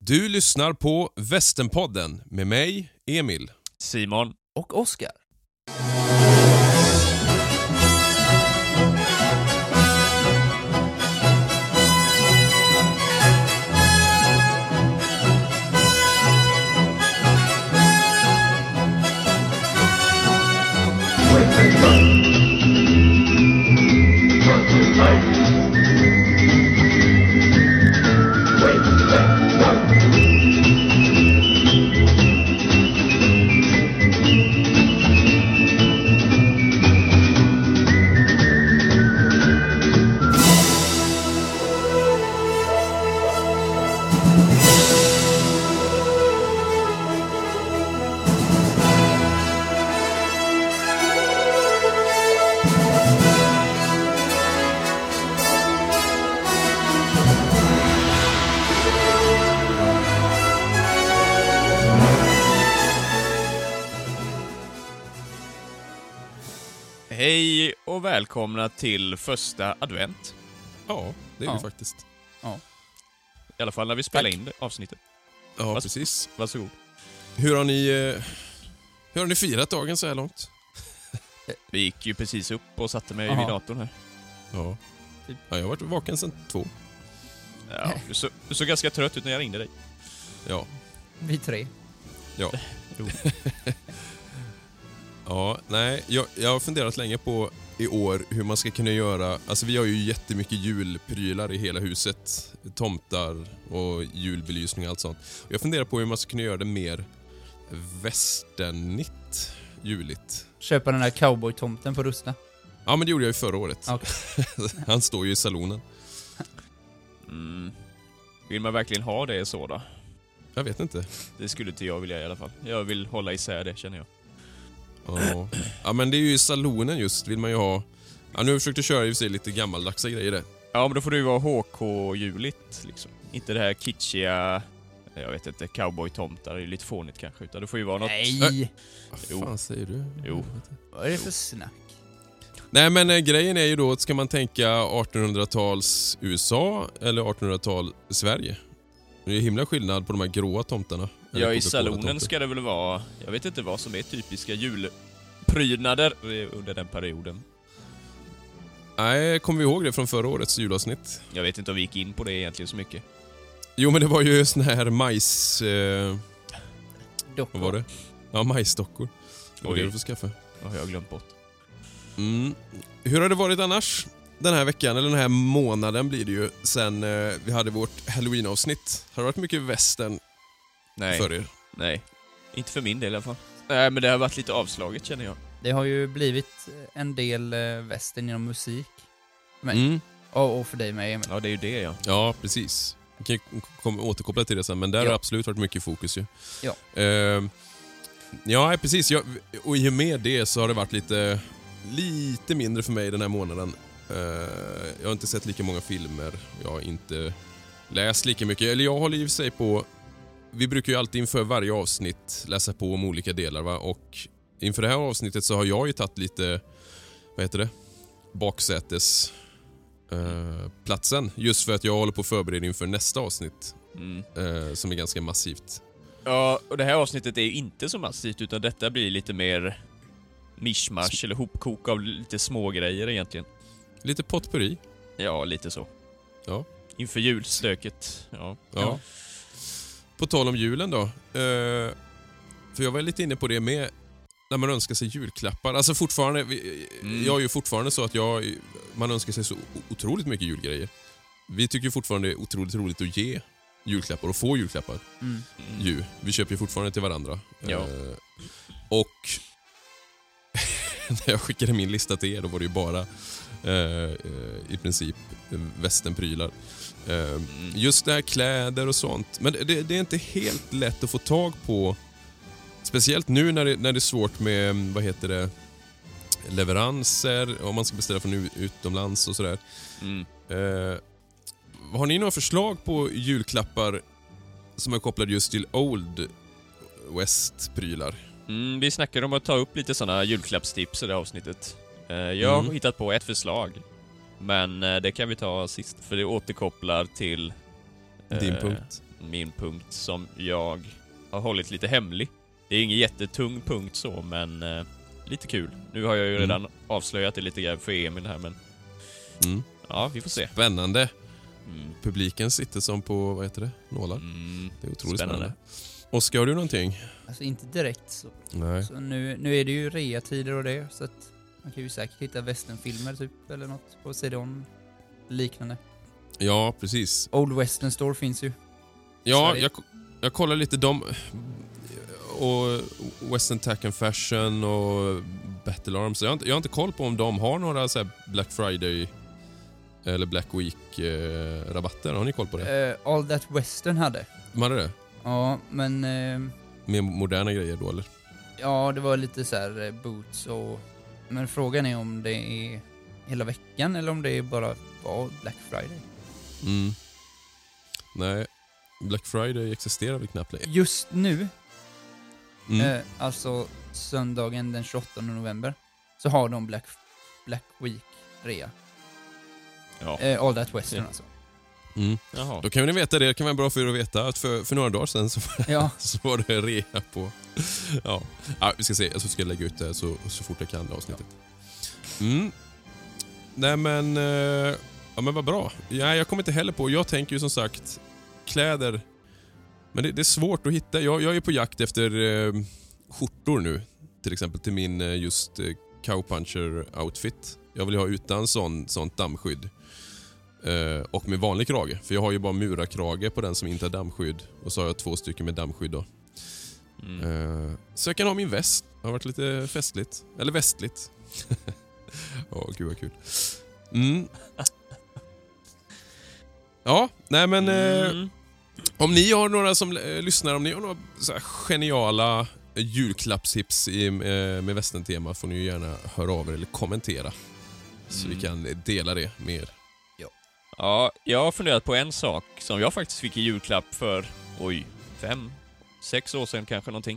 Du lyssnar på Västernpodden med mig, Emil, Simon och Oskar. Hej och välkomna till första advent. Ja, det är vi faktiskt. Ja. I alla fall när vi spelar in det avsnittet. Ja, precis. Varsågod. Hur har ni firat dagen så här långt? Vi gick ju precis upp och satte mig vid datorn här. Ja. Ja, jag har varit vaken sedan 2. Ja, du såg ganska trött ut när jag ringde dig. Ja. Vi 3. Ja. Jo. Ja, nej, jag har funderat länge på i år hur man ska kunna göra. Alltså vi har ju jättemycket julprylar i hela huset. Tomtar och julbelysning och allt sånt. Och jag funderar på hur man ska kunna göra det mer västernigt juligt. Köpa den där cowboy-tomten på Rusta. Ja, men det gjorde jag ju förra året. Okay. Han står ju i salonen. Vill man verkligen ha det så då? Jag vet inte. Det skulle inte jag vilja i alla fall. Jag vill hålla isär det, känner jag. Ja, men det är ju i salonen just, vill man ju ha. Ja, nu har jag försökt köra i och för sig lite gammaldagsa grejer där. Ja, men då får det ju vara HK-juligt liksom. Inte det här kitschiga, jag vet inte, cowboy-tomtar, det är lite fånigt kanske, utan det får ju vara något... Nej! Vad fan säger du? Jo. Vad är det för snack? Nej, men grejen är ju då att ska man tänka 1800-tals USA eller 1800-tal Sverige? Det är himla skillnad på de här gråa tomtarna. Ja, i salonen ska det väl vara... Jag vet inte vad som är typiska julprydnader under den perioden. Nej, kommer vi ihåg det från förra årets julavsnitt? Jag vet inte om vi gick in på det egentligen så mycket. Jo, men det var ju sån här majs... Dockor. Vad var det? Ja, majsdockor. Det var Oj. det du får skaffa. Ja, jag har glömt bort. Hur har det varit annars? Den här veckan, eller den här månaden blir det ju, sen vi hade vårt Halloween-avsnitt. Har det varit mycket western för er? Nej, inte för min del i alla fall. Nej, men det har varit lite avslaget, känner jag. Det har ju blivit en del western genom musik. Men, och för dig med, Emil. Ja, det är ju det, ja. Ja, precis. Vi kan återkoppla till det sen, men där har det absolut varit mycket fokus ju. Ja. Ja, precis. Och i och med det så har det varit lite mindre för mig den här månaden. Jag har inte sett lika många filmer. Jag har inte läst lika mycket. Eller jag håller i sig på... Vi brukar ju alltid inför varje avsnitt läsa på om olika delar, va? Och inför det här avsnittet så har jag ju tagit lite... Vad heter det? Baksätes... platsen. Just för att jag håller på att förbereda inför nästa avsnitt. Som är ganska massivt. Ja, och det här avsnittet är ju inte så massivt, utan detta blir lite mer mishmash eller hopkok av lite små grejer egentligen. Lite potpourri. Ja, lite så. Ja. Inför julstöket. Ja. På tal om julen då. För jag var lite inne på det med när man önskar sig julklappar. Alltså fortfarande, jag är ju fortfarande så att man önskar sig så otroligt mycket julgrejer. Vi tycker fortfarande det är otroligt roligt att ge julklappar och få julklappar. Vi köper ju fortfarande till varandra. Ja. Och när jag skickade min lista till er, då var det ju bara i princip västernprylar. Just det här kläder och sånt. Men det är inte helt lätt att få tag på. Speciellt nu när det är svårt med, vad heter det, leveranser, om man ska beställa från utomlands och sådär. Har ni några förslag på julklappar som är kopplade just till Old West-prylar? Vi snackade om att ta upp lite sådana julklappstips i det här avsnittet. Jag har hittat på ett förslag, men det kan vi ta sist, för det återkopplar till din punkt. min punkt som jag har hållit lite hemlig. Det är ingen jättetung punkt så, men lite kul. Nu har jag ju redan avslöjat det lite grann för Emil här, men ja, vi får se. Spännande. Publiken sitter som på, vad heter det? Nålar. Det är otroligt spännande. Oskar, har du någonting? Alltså inte direkt så. Nej. Så nu är det ju rea-tider och det, så att man kan ju säkert hitta westernfilmer typ, eller något på CD-ON liknande. Ja, precis. Old Western Store finns ju. Ja, jag kollar lite dem och Western Tack and Fashion och Battle Arms. Jag har inte koll på om de har några så här Black Friday eller Black Week rabatter. Har ni koll på det? All That Western hade. De hade det? Ja, men... Mer moderna grejer då, eller? Ja, det var lite så här boots och... Men frågan är om det är hela veckan eller om det är bara var Black Friday. Nej, Black Friday existerar väl knappt längre. Just nu, alltså söndagen den 28 november, så har de Black Week rea. Ja. All That Western alltså. Jaha. Då kan ni veta det. Det kan vara bra för er att veta att för några dagar sedan så var det rea på... Ja, vi ska se. Jag ska lägga ut det så fort jag kan, det avsnittet. Nej, men... Ja, men vad bra. Ja, jag kommer inte heller på... Jag tänker ju som sagt kläder... Men det är svårt att hitta. Jag är på jakt efter skjortor nu. Till exempel till min just cowpuncher-outfit. Jag vill ha utan sånt dammskydd. Och med vanlig krage. För jag har ju bara murarkrage på den som inte har dammskydd. Och så har jag 2 stycken med dammskydd då. Så jag kan ha min väst. Det har varit lite festligt. Eller västligt. Gud vad kul. Ja, nej men... Om ni har några som lyssnar, om ni har några så här geniala julklappstips med västern-tema, får ni ju gärna höra av er eller kommentera. Så vi kan dela det med er. Ja, jag har funderat på en sak som jag faktiskt fick i julklapp för 5-6 år sedan kanske någonting.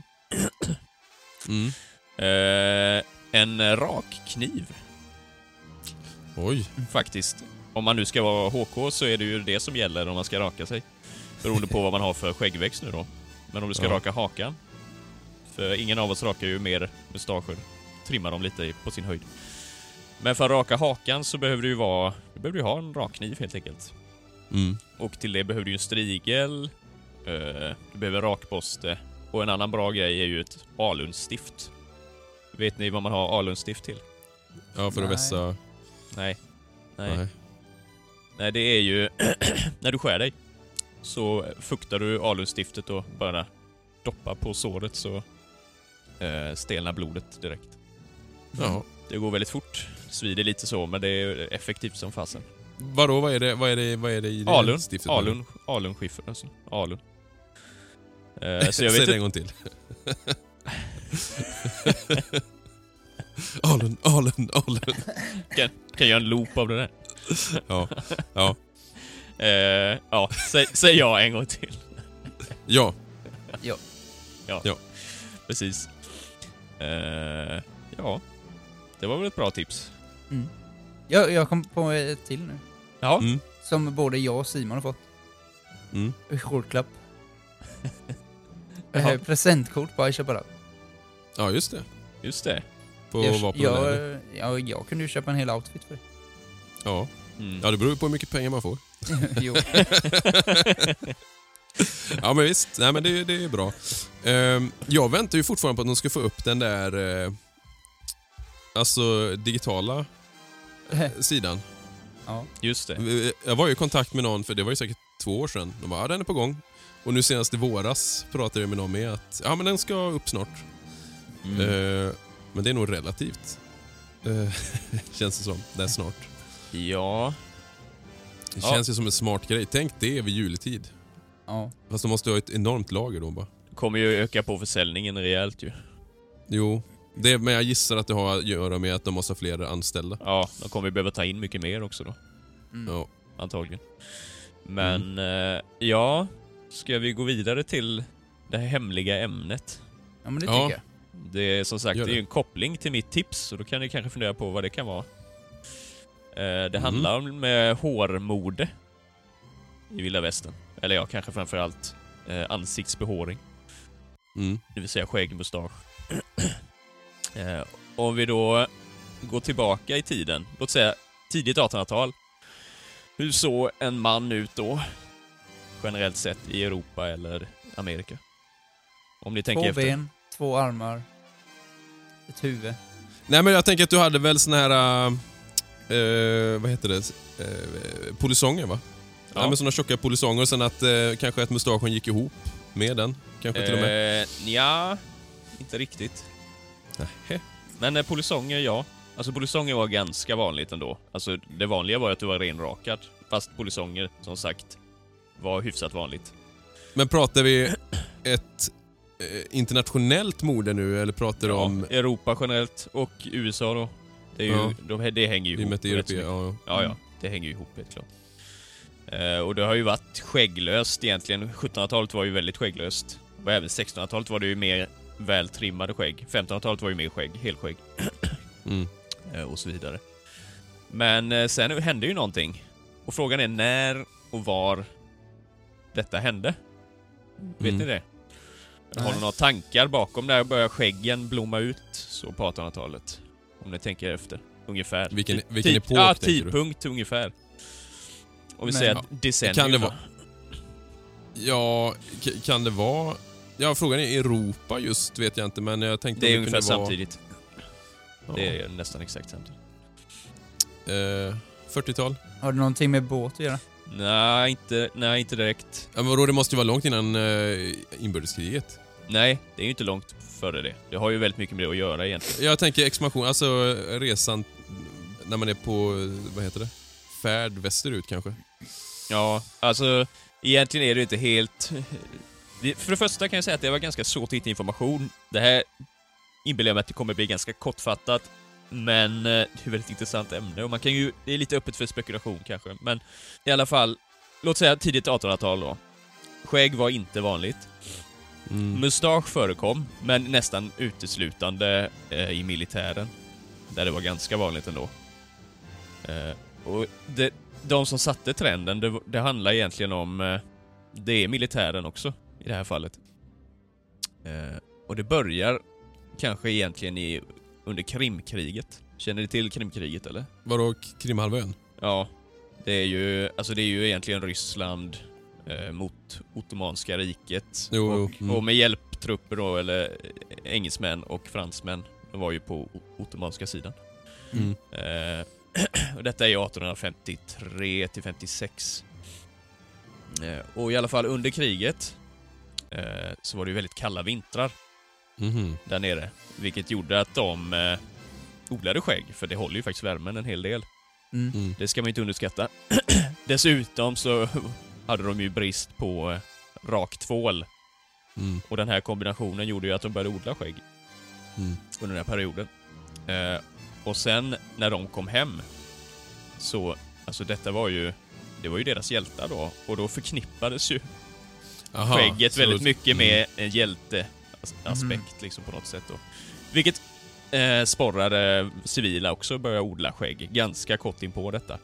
En rakkniv. Oj. Faktiskt. Om man nu ska vara HK så är det ju det som gäller om man ska raka sig. Beroende på vad man har för skäggväxt nu då. Men om du ska raka hakan. För ingen av oss rakar ju mer mustascher. Trimmar dem lite på sin höjd. Men för att raka hakan så behöver du ha en rakkniv helt enkelt. Och till det behöver du en strigel. Du behöver rakborste. Och en annan bra grej är ju ett alunstift. Vet ni vad man har alunstift till? Ja, för att vässa... Nej, det är ju när du skär dig så fuktar du alunstiftet och bara doppa på såret så stelnar blodet direkt. Ja. Det går väldigt fort. Svider lite så, men det är effektivt som fasen. Vadå, vad är det i det stiftet? Alunskiffer alltså. Alun. Så jag vet säg det en gång till. Alun. Kan jag en loop av det där? Ja. Säg jag en gång till. Ja. Precis. Ja. Det var väl ett bra tips. Jag kom på ett till nu. Ja. Som både jag och Simon har fått. Julklapp. Presentkort på Aisha Bara. Ja, just det. Jag kunde ju köpa en hel outfit för det. Ja. Ja, det beror ju på hur mycket pengar man får. Jo. Ja, men visst. Nej, men det är bra. Jag väntar ju fortfarande på att de ska få upp den där alltså digitala sidan. Ja. Just det. Jag var ju i kontakt med någon, för det var ju säkert 2 år sedan. De bara, den är på gång. Och nu senast i våras pratade jag med någon med att men den ska upp snart. Men det är nog relativt. Känns det som. Det är snart. Ja. Det känns ju som en smart grej. Tänk det vid juletid. Ja. Fast de måste ha ett enormt lager då bara. Kommer ju öka på försäljningen rejält ju. Jo. Men jag gissar att det har att göra med att de måste ha fler anställda. Ja, de kommer ju behöva ta in mycket mer också då. Ja. Antagligen. Men ska vi gå vidare till det här hemliga ämnet? Ja, men det tycker jag. Det är som sagt, det är ju en koppling till mitt tips, så då kan ni kanske fundera på vad det kan vara. Det handlar om hårmode i Vilda Västern. Eller ja, kanske framförallt ansiktsbehåring. Det vill säga skägg, mustasch. Om vi då går tillbaka i tiden, låt säga tidigt 1800-tal. Hur såg en man ut då? Generellt sett i Europa eller Amerika? Om ni tänker 2 efter. ben, 2 armar, ett huvud. Nej, men jag tänker att du hade väl såna här... vad heter det? Polisonger, va? Ja. Nej, men såna tjocka polisonger, och sen att kanske att mustaschen gick ihop med den. Kanske till och med. Ja, inte riktigt. Nähä. Men polisonger, ja. Alltså polisonger var ganska vanligt ändå. Alltså det vanliga var att du var renrakad. Fast polisonger, som sagt, var hyfsat vanligt. Men pratar vi ett internationellt mode nu, eller pratar du om... Europa generellt och USA då. Det är ju, det hänger ju I och med ihop. att det är Europa, Ja, det hänger ju ihop helt klart. Och det har ju varit skägglöst egentligen. 1700-talet var ju väldigt skägglöst. Och även 1600-talet var det ju mer vältrimmade skägg. 1500-talet var ju mer skägg, helskägg. Och så vidare. Men sen hände ju någonting. Och frågan är när och var detta hände. Vet ni det? Har ni några tankar bakom när börjar skäggen blomma ut så på 1800-talet? Om ni tänker efter, ungefär. Vilken epok tänker du? Tidpunkt ungefär. Om vi säger decennium. Kan det vara... Ja, kan det vara... Ja, frågan är Europa just, vet jag inte, men jag tänkte... Det är ungefär vara... samtidigt. Det är nästan exakt samtidigt. 40-tal? Har det någonting med båt att göra? Nej, inte direkt. Ja, men vadå, det måste ju vara långt innan inbördeskriget. Nej, det är ju inte långt före det. Det har ju väldigt mycket med det att göra egentligen. Jag tänker expansion, alltså resan när man är på, vad heter det? Färd västerut kanske. Ja, alltså egentligen är det inte helt... För det första kan jag säga att det var ganska svårt att hitta information. Det här inbillar jag mig att det kommer bli ganska kortfattat. Men det är ett väldigt intressant ämne och man kan ju, det är lite öppet för spekulation kanske. Men i alla fall, låt säga tidigt 1800-tal då. Skägg var inte vanligt. Mustasch förekom, men nästan uteslutande i militären. Där det var ganska vanligt ändå. Och de som satte trenden, det handlar egentligen om... det är militären också, i det här fallet. Och det börjar kanske egentligen under Krimkriget. Känner ni till Krimkriget, eller? Vadå, Krimhalvön? Ja, det är ju egentligen Ryssland mot Ottomanska riket. Och med hjälptrupper då, eller engelsmän och fransmän. De var ju på ottomanska sidan. Och detta är ju 1853 till 56. Och i alla fall under kriget så var det ju väldigt kalla vintrar där nere. Vilket gjorde att de odlade skägg, för det håller ju faktiskt värmen en hel del. Det ska man inte underskatta. Dessutom så hade de ju brist på rak tvål. Och den här kombinationen gjorde ju att de började odla skägg under den här perioden. Och sen när de kom hem så, alltså det var ju deras hjältar då. Och då förknippades ju skägget väldigt mycket med en hjälteaspekt liksom på något sätt då. Vilket sporrade civila också att börja odla skägg ganska kort in på detta.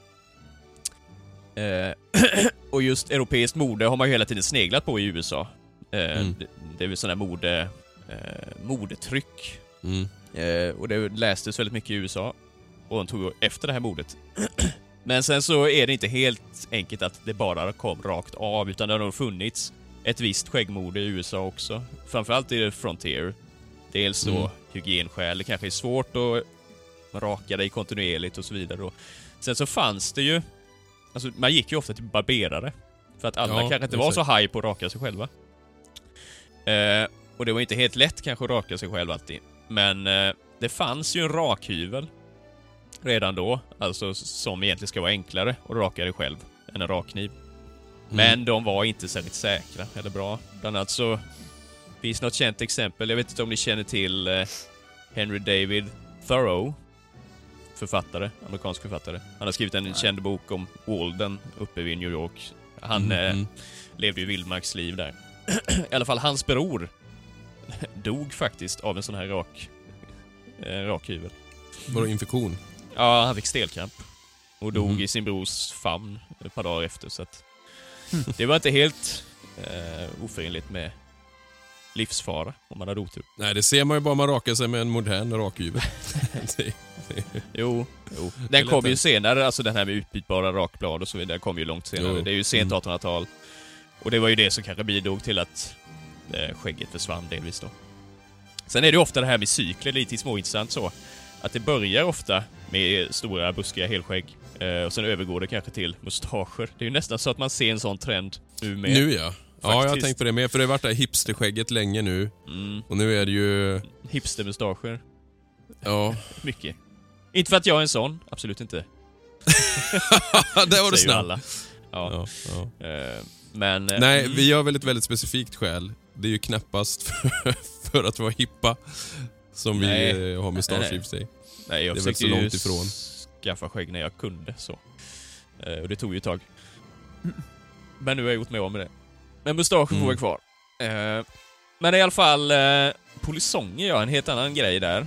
Och just europeiskt mode har man ju hela tiden sneglat på i USA. Det är väl sån här modetryck. Och det lästes väldigt mycket i USA. Och de tog efter det här modet. Men sen så är det inte helt enkelt att det bara kom rakt av, utan det har nog funnits ett visst skäggmode i USA också. Framförallt i det Frontier. Dels då hygienskäl, det kanske är svårt att raka dig kontinuerligt och så vidare. Sen så fanns det ju, alltså man gick ju ofta till barberare. För att alla kanske inte var så high på att raka sig själva. Och det var inte helt lätt kanske att raka sig själv alltid. Men det fanns ju en rakhyvel redan då, alltså som egentligen ska vara enklare att raka dig själv än en rakkniv. Men de var inte särskilt säkra eller bra. Bland annat så finns något känt exempel, jag vet inte om ni känner till Henry David Thoreau, författare, amerikansk författare. Han har skrivit en känd bok om Walden uppe vid New York. Han levde ju vildmarksliv där. I alla fall hans bror dog faktiskt av en sån här rakhyvel. Var det infektion? Ja, han fick stelkramp och dog i sin brors famn ett par dagar efter, så att det var inte helt oförenligt med livsfara om man hade otur. Nej, det ser man ju bara man rakar sig med en modern rakhyvel. Jo. Den kom ju senare, alltså den här med utbytbara rakblad och så vidare kom ju långt senare. Jo. Det är ju sent 1800-tal. Och det var ju det som kanske bidrog till att skägget försvann delvis då. Sen är det ju ofta det här med cykler lite småintressant så. Att det börjar ofta med stora buskiga helskägg och sen övergår det kanske till mustascher. Det är ju nästan så att man ser en sån trend nu med. Nu ja. Ja, jag har tänkt på det med, för det har varit det här hipsterskägget länge nu. Och nu är det ju... Hipstermustascher. Ja. Mycket. Inte för att jag är en sån, absolut inte. Där var det snabbt. Alla. Ja. Men... Nej, vi gör väl ett väldigt specifikt skäl. Det är ju knappast för att vara hippa som vi har mustasch i och för sig. Nej, jag det är väl så långt ifrån. Skaffa skägg när jag kunde så. Och det tog ju ett tag. Men nu har jag gjort mig av med det. Men mustaschen får vara kvar. Men i alla fall polisonger, en helt annan grej där.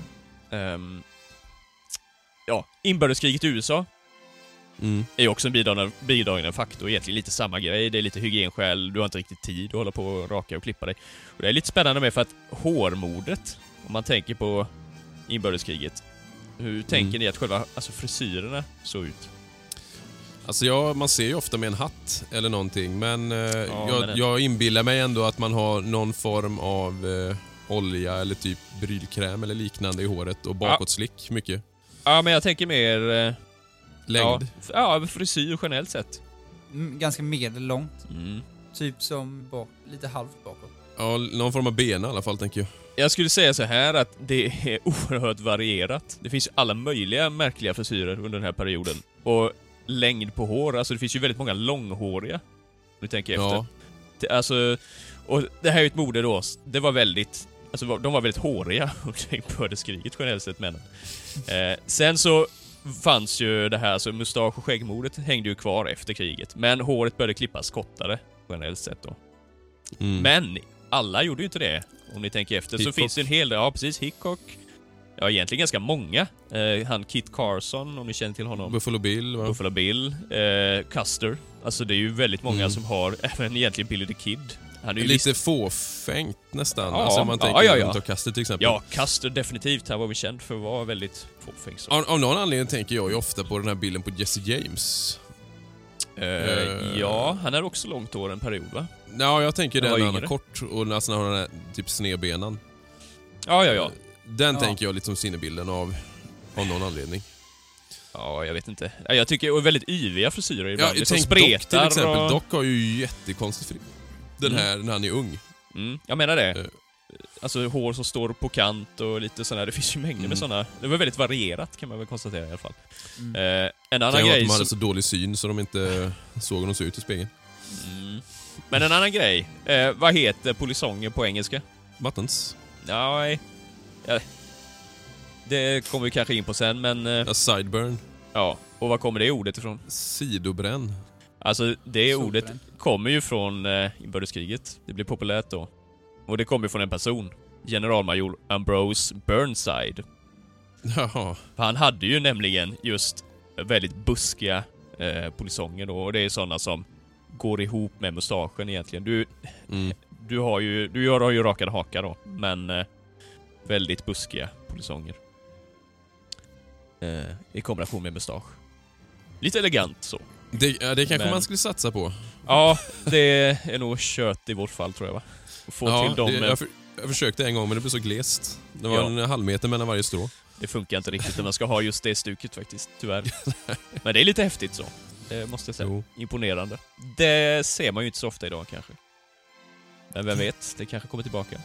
Inbördeskriget i USA är ju också en bidragande faktor. Egentligen lite samma grej. Det är lite hygienskäl. Du har inte riktigt tid att hålla på och raka och klippa dig. Och det är lite spännande med för att hårmodet, om man tänker på inbördeskriget, hur tänker ni att själva frisyrerna såg ut? Alltså man ser ju ofta med en hatt eller någonting, men jag inbillar mig ändå att man har någon form av olja eller typ brylkräm eller liknande i håret och bakåtslick mycket. Ja, men jag tänker mer... längd. Ja, frisyr generellt sett. Ganska medellångt. Typ som lite halvt bakåt. Ja, någon form av bena i alla fall, tänker jag. Jag skulle säga så här att det är oerhört varierat. Det finns ju alla möjliga märkliga frisyrer under den här perioden. Och längd på hår, alltså det finns ju väldigt många långhåriga. Nu tänker jag efter. Alltså, och det här är ju ett mode då. Det var väldigt... Alltså de var väldigt håriga under inbördeskriget generellt sett, männen. Sen så fanns ju det här, alltså mustasch- och skäggmodet hängde ju kvar efter kriget. Men håret började klippas kortare generellt sett då. Men alla gjorde ju inte det. Om ni tänker efter så finns det en hel del, ja precis, Hickok. Ja, egentligen ganska många. Han Kit Carson, om ni känner till honom. Buffalo Bill, va? Buffalo Bill, Custer. Alltså det är ju väldigt många som har, även egentligen Billy the Kid. Han är ju lite fåfängt nästan. Ja, alltså om man tänker på Custer till exempel. Ja, Custer definitivt. Han var vi känd för att vara väldigt fåfäng. Av någon anledning tänker jag ju ofta på den här bilden på Jesse James. Ja, han är också långt hår en period, va? Ja, jag tänker den han har kort och nästan har den här typ snedbenan. Ja. Den tänker jag lite som sinnebilden av någon anledning. Ja, jag vet inte. Jag tycker väldigt yviga frisyrer ibland. Ja, tänk spretar Doc till exempel. och... Doc har ju jättekonstigt fri. Den här när han är ung. Jag menar det. Alltså hår som står på kant och lite sådär. Det finns ju mängder med sådana. Det var väldigt varierat kan man väl konstatera i alla fall. En annan grej de hade så dålig syn så de inte såg hur de såg ut i spegeln. Men en annan grej. Vad heter polisonger på engelska? Buttons. Nej. Det kommer vi kanske in på sen, men... Sideburn. Ja, och var kommer det ordet ifrån? Sidobränn. Alltså, det ordet kommer ju från inbördeskriget. Det blev populärt då. Och det kommer ju från en person. Generalmajor Ambrose Burnside. Jaha. För han hade ju nämligen just väldigt buskiga polisonger då. Och det är sådana som går ihop med mustaschen egentligen. Du har ju rakade hakar då. Men väldigt buskiga polisonger. I kombination med mustasch. Lite elegant så. Det kanske man skulle satsa på. Ja, det är nog kött i vårt fall tror jag, va? Få till dem. Jag försökte en gång men det blev så glest. Det var en halvmeter mellan varje strå. Det funkar inte riktigt när man ska ha just det stuket faktiskt, tyvärr. Men det är lite häftigt så. Det måste jag säga. Jo. Imponerande. Det ser man ju inte så ofta idag kanske. Men vem vet, det kanske kommer tillbaka.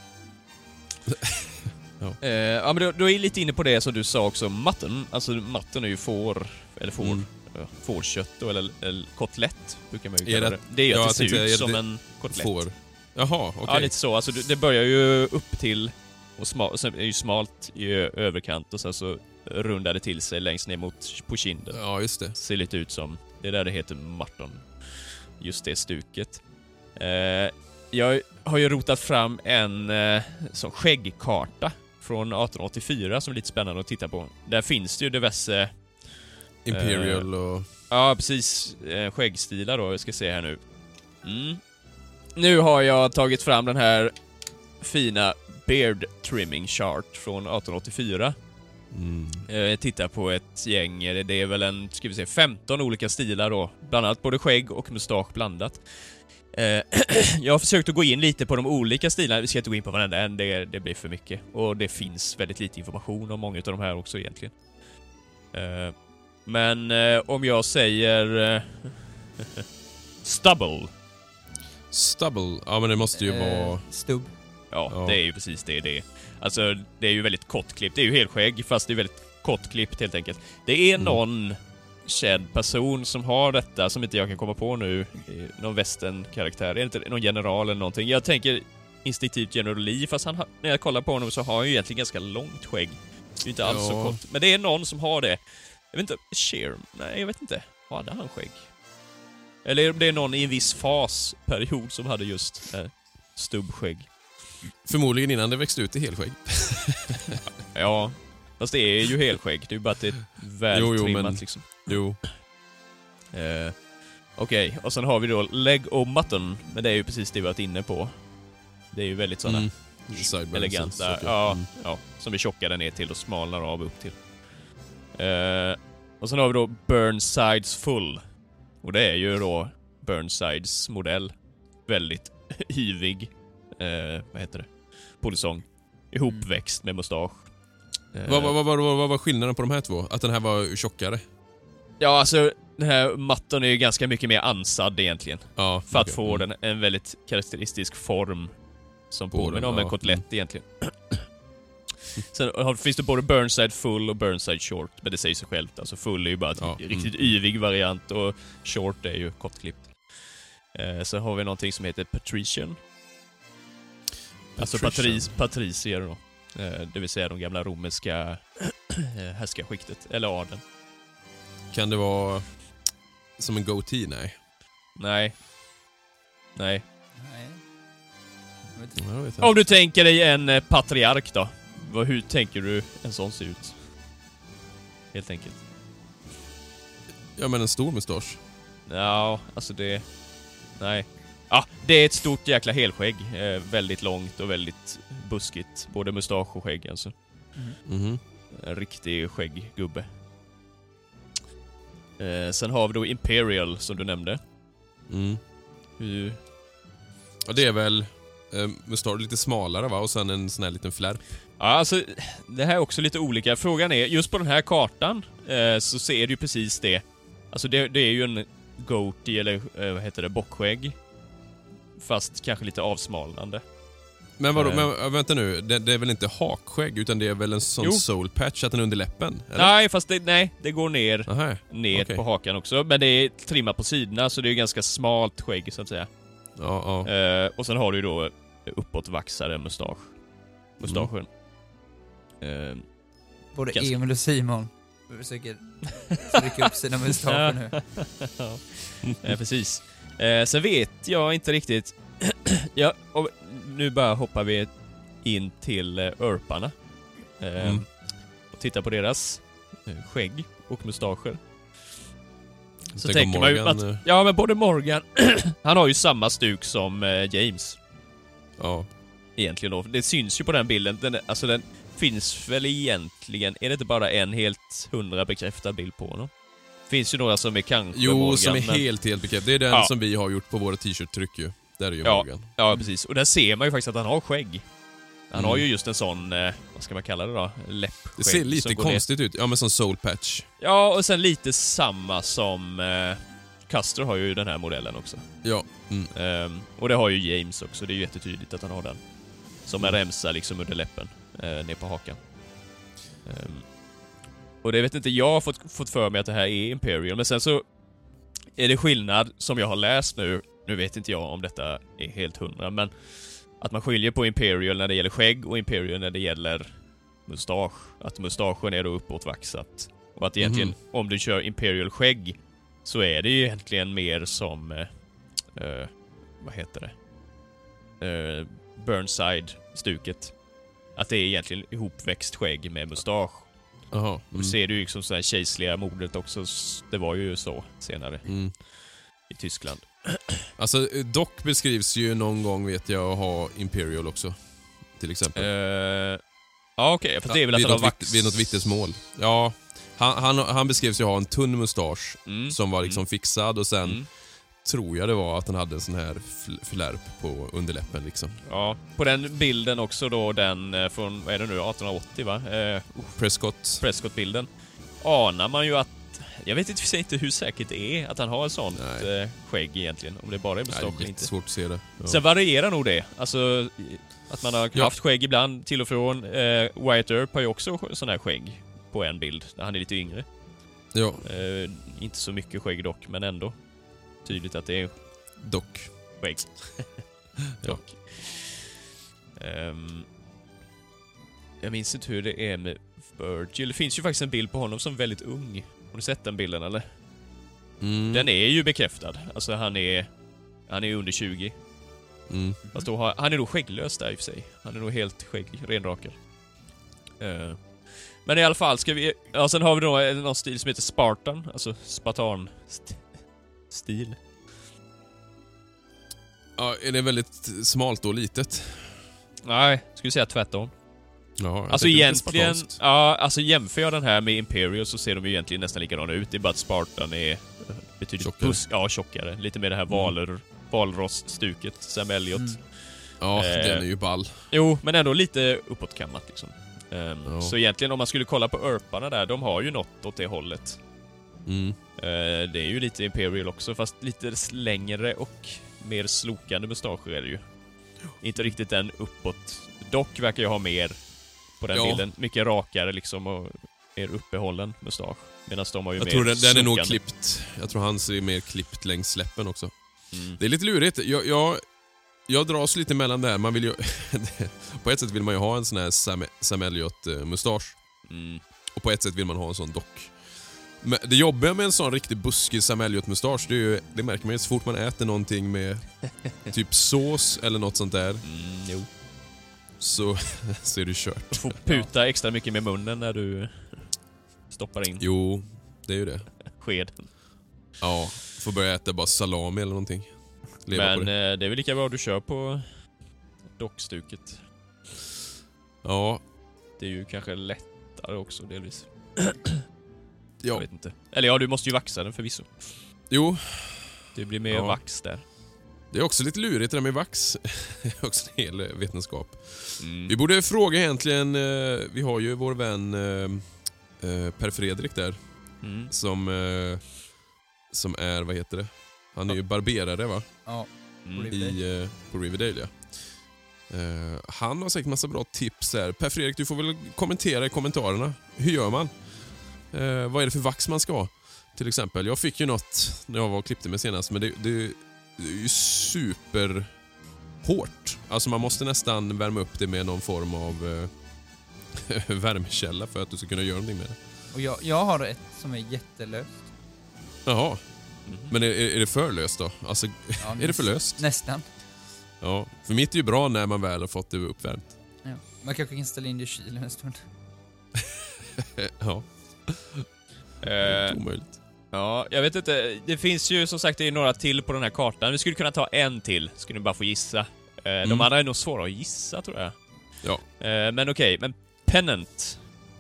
Ja, men du är lite inne på det som du sa också, matten. Alltså matten är ju fårkött då, eller kotlett brukar man ju kalla det. Det är ju att det ser ut som en kotlett. Får. Jaha, okej. Ja, lite så. Alltså det börjar ju upp till och sen är det ju smalt i överkant och sen så rundar det till sig längst ner på kinden. Ja, just det. Ser lite ut som, det är där det heter mutton. Just det stuket. Jag har ju rotat fram en sån skäggkarta från 1884 som är lite spännande att titta på. Där finns det ju diverse Imperial och... Ja, precis. Skäggstilar då, jag ska se här nu. Nu har jag tagit fram den här fina Beard Trimming Chart från 1884. Tittar på ett gäng, det är väl 15 olika stilar då. Bland annat både skägg och mustasch blandat. Jag har försökt att gå in lite på de olika stilarna. Vi ska inte gå in på varenda en, det blir för mycket. Och det finns väldigt lite information om många av de här också egentligen. Men om jag säger stubble. Stubble, ja men det måste ju vara... Stubb. Ja, det är ju precis det. Alltså, det är ju väldigt kortklippt. Det är ju helskägg, fast det är väldigt kortklippt helt enkelt. Det är någon känd person som har detta, som inte jag kan komma på nu. Någon västern-karaktär. Är det inte någon general eller någonting? Jag tänker instinktivt General Lee, fast när jag kollar på honom så har han ju egentligen ganska långt skägg. Det är inte alls så kort. Men det är någon som har det. Jag vet inte, Sheer? Nej, jag vet inte. Hade han skägg? Eller om det är någon i en viss period som hade just stubbskägg. Förmodligen innan det växte ut i helskägg. Ja, fast det är ju helskägg. Det är ju bara att det är vältrimmat men... liksom. Jo. Okej, och sen har vi då leg och mutton. Men det är ju precis det vi varit inne på. Det är ju väldigt sådana eleganta. Ja, som är tjockare ner till och smalnar av upp till. Och sen har vi då Burnsides full. Och det är ju då Burnsides modell. Väldigt yvig. Vad heter det? Polisong. Ihopväxt med mustasch. Vad var skillnaden på de här två? Att den här var tjockare? Ja, alltså den här matton är ju ganska mycket mer ansad egentligen. Ja, för att få den en väldigt karaktäristisk form som påminner om en kotlett egentligen. Sen finns det både Burnside full och Burnside short, men det säger sig självt. Alltså full är ju bara en riktigt yvig variant och short är ju kortklippt. Sen har vi någonting som heter Patrician. Alltså patricier då. Det vill säga de gamla romerska härskarskiktet, eller adeln. Kan det vara som en goatee? Nej. Om du tänker dig en patriark då. Hur tänker du en sån ser ut? Helt enkelt. Ja, men en stor mustasch. Ja, alltså det... Nej. Ja, det är ett stort jäkla helskägg. Väldigt långt och väldigt buskigt. Både mustasch och skägg alltså. En riktig skägggubbe. Sen har vi då Imperial som du nämnde. Ja, det är väl mustasch lite smalare va? Och sen en sån här liten flärp. Ja, alltså det här är också lite olika. Frågan är, just på den här kartan så ser du ju precis det. Alltså det är ju en goatee eller vad heter det, bockskägg. Fast kanske lite avsmalnande. Men vadå, men vänta nu, det är väl inte hakskägg utan det är väl en sån soul patch att den är under läppen? Eller? Nej, fast det går ner på hakan också. Men det är trimmat på sidorna så det är ganska smalt skägg så att säga. Och sen har du ju då uppåtvaxade mustaschen. Både Emil och Simon försöker trycka upp sina mustascher nu. Ja, precis. Sen vet jag inte riktigt. Nu bara hoppar vi in till örparna. Och tittar på deras skägg och mustascher. Så tänker man ju att... Ja, men både Morgan... han har ju samma stuk som James. Ja. Egentligen då. Det syns ju på den bilden. Den finns väl egentligen... Är det inte bara en helt 100 bekräftad bild på honom? Finns ju några som är kanske Morgan, som är helt bekräftad. Det är den som vi har gjort på våra t-shirt-tryck ju. Där är ju Morgan. Ja, precis. Och där ser man ju faktiskt att han har skägg. Han har ju just en sån, vad ska man kalla det då? Läppskägg. Det ser lite konstigt ut. Ja, men som soul patch. Ja, och sen lite samma som Custer har ju den här modellen också. Ja. Och det har ju James också. Det är ju jättetydligt att han har den. Som en remsa liksom under läppen. Ner på hakan. Och det vet inte, jag har fått för mig att det här är Imperial. Men sen så är det skillnad som jag har läst nu. Nu vet inte jag om detta är helt 100, men att man skiljer på Imperial när det gäller skägg och Imperial när det gäller mustasch. Att mustaschen är då uppåtvaxat. Och att egentligen, om du kör Imperial skägg så är det ju egentligen mer som vad heter det? Burnside-stuket. Att det är egentligen ihopväxt skägg med mustasch. Aha. Och ser du ju liksom så här kejserliga mordet också. Det var ju så senare i Tyskland. Alltså, Doc beskrivs ju någon gång, vet jag, ha Imperial också. Till exempel. Ja, okej. Fast det är väl att han har vax... Vid något vittnesmål. Ja, han beskrevs ju ha en tunn mustasch som var liksom fixad och sen tror jag det var att han hade en sån här flärp på underläppen liksom. Ja, på den bilden också då, den från, vad är det nu, 1880 va? Prescott-bilden. Anar man ju att, jag vet inte hur säkert det är att han har ett sånt skägg egentligen, om det bara är mustasch eller inte. Svårt att se det. Ja. Sen varierar nog det, alltså att man har haft skägg ibland till och från. Wyatt Earp har ju också sån här skägg på en bild, där han är lite yngre. Ja. Inte så mycket skägg dock, men ändå tydligt att det är Doc. Skägg. Dock. Jag minns inte hur det är med Virgil. Det finns ju faktiskt en bild på honom som väldigt ung. Har du sett den bilden eller? Den är ju bekräftad. Alltså han är under 20. Fast då han är nog skägglös där i och för sig. Han är nog helt renrakad. Men i alla fall ska vi... Ja, sen har vi då någon stil som heter Spartan. Alltså Spartan-stil. Ja, är det väldigt smalt och litet? Nej, skulle säga tvärtom. Ja, alltså egentligen... Ja, alltså jämför jag den här med Imperial så ser de ju egentligen nästan likadana ut. Det är bara att Spartan är betydligt tjockare. Lite mer det här valross-stuket. Sam Elliot. Ja, den är ju ball. Jo, men ändå lite uppåtkammat liksom. Så egentligen om man skulle kolla på Earparna där, de har ju något åt det hållet. Det är ju lite Imperial också, fast lite längre och mer slokande mustascher är det ju. Inte riktigt den uppåt. Dock verkar jag ha mer på den bilden. Mycket rakare liksom och mer uppehållen mustasch. Medan de har ju jag mer tror den slokande. är nog klippt. Jag tror hans är mer klippt längs läppen också. Det är lite lurigt. Jag dras lite mellan där. Man vill ju på ett sätt vill man ju ha en sån här Sam Elliot-mustasch. Och på ett sätt vill man ha en sån dock. Men det jobbiga med en sån riktigt buskig Sam Elliot-mustasch, det märker man ju så fort man äter någonting med typ sås eller något sånt där. Jo. Så är det kört. Du får puta extra mycket med munnen när du stoppar in. Jo, det är ju det. Skeden. Ja, får börja äta bara salami eller någonting. Men det är väl lika bra att du kör på dockstuket. Ja. Det är ju kanske lättare också delvis. Ja. Jag vet inte. Eller ja, du måste ju vaxa den förvisso. Jo. Det blir mer vax där. Det är också lite lurigt det där med vax. Också en hel vetenskap. Vi borde fråga egentligen, vi har ju vår vän Per Fredrik där. Som är, vad heter det? Han är ju barberare va? Ja, på Riverdale ja. Han har säkert massa bra tips här. Per Fredrik, du får väl kommentera i kommentarerna. Hur gör man? Vad är det för vax man ska ha? Till exempel, jag fick ju något när jag var och klippte mig senast, men det är ju super hårt. Alltså man måste nästan värma upp det med någon form av värmekälla för att du ska kunna göra någonting med det. Och jag har ett som är jättelöst. Jaha. Men är det för löst då? Alltså, ja, är det för löst? Nästan. Ja, för mitt är ju bra när man väl har fått det uppvärmt. Ja. Man kanske kan ställa in det i kylen en stund. Ja. Det är omöjligt. Ja, jag vet inte. Det finns ju som sagt det är några till på den här kartan. Vi skulle kunna ta en till. Skulle ni bara få gissa. De andra är nog svåra att gissa tror jag. Ja. Men okej. Men Pennant.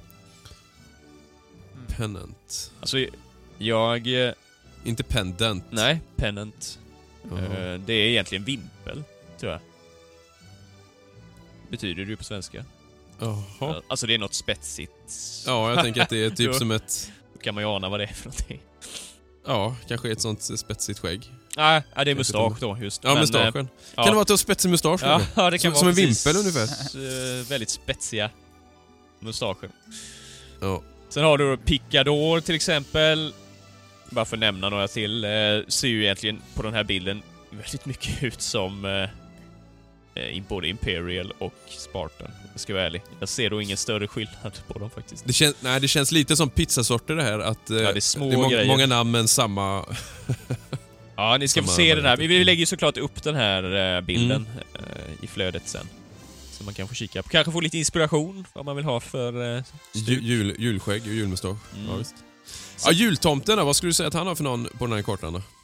Pennant. Alltså, jag... Inte pendant. Nej, Pennant. Det är egentligen vimpel, tror jag. Betyder det ju på svenska. Jaha. Alltså det är något spetsigt. Ja, jag tänker att det är typ som ett... Då kan man ju ana vad det är för någonting. Ja, kanske ett sånt spetsigt skägg. Nej, det är mustasch då just. Ja, mustaschen. Kan det vara ett spetsig mustasch? Ja, det kan vara som en vimpel ungefär. Väldigt spetsiga mustascher. Ja. Sen har du Picador till exempel. Bara för att nämna några till. Ser ju egentligen på den här bilden väldigt mycket ut som både Imperial och Spartan. Jag ska vara ärlig. Jag ser då ingen större skillnad på dem faktiskt. Det känns lite som pizzasorter det här. Att, det är små det är grejer. Många namn men samma... Ja, ni ska få se den här. Vi lägger ju såklart upp den här bilden i flödet sen. Så man kan få kika på. Kanske få lite inspiration vad man vill ha för... julskägg och julmustasch. Ja, visst. Ja, jultomten då, vad skulle du säga att han har för någon på den här kartan då?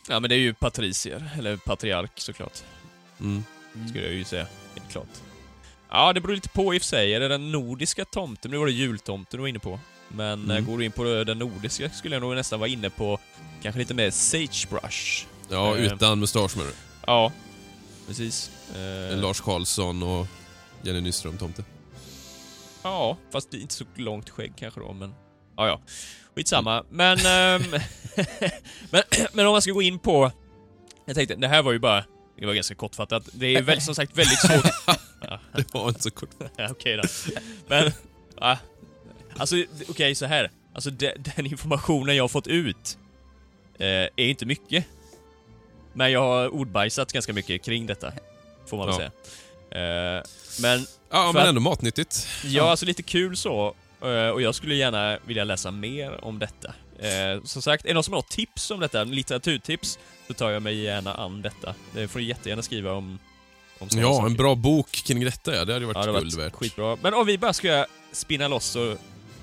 Ja, men det är ju patricier, eller patriark såklart. Mm. Skulle jag ju säga, helt klart. Ja, det beror lite på i och för sig. Är det den nordiska tomten? Nu var det jultomten du var inne på. Men går du in på den nordiska skulle jag nog nästan vara inne på kanske lite mer sagebrush. Ja, utan mustasch med det. Ja, precis. Lars Karlsson och Jenny Nyström-tomte. Ja, fast det är inte så långt skägg kanske då, men... Ja. Skitsamma. Men, men om man ska gå in på... Jag tänkte, det här var ju bara... Det var ganska kortfattat. Det är väl som sagt väldigt svårt... Ja. Det var inte så kort. Ja, okej då. Men... Alltså, okej, så här. Alltså, den informationen jag har fått ut är inte mycket. Men jag har ordbajsat ganska mycket kring detta, får man väl säga. Men... Ja, men ändå matnyttigt. Ja, alltså lite kul så. Och jag skulle gärna vilja läsa mer om detta. Som sagt, är det någon som har tips om detta, litteraturtips, så tar jag mig gärna an detta. Det får du jättegärna skriva om sådana saker. En bra bok kring detta, ja. Det hade ju varit guld värt. Ja, skitbra. Men om vi bara ska spinna loss och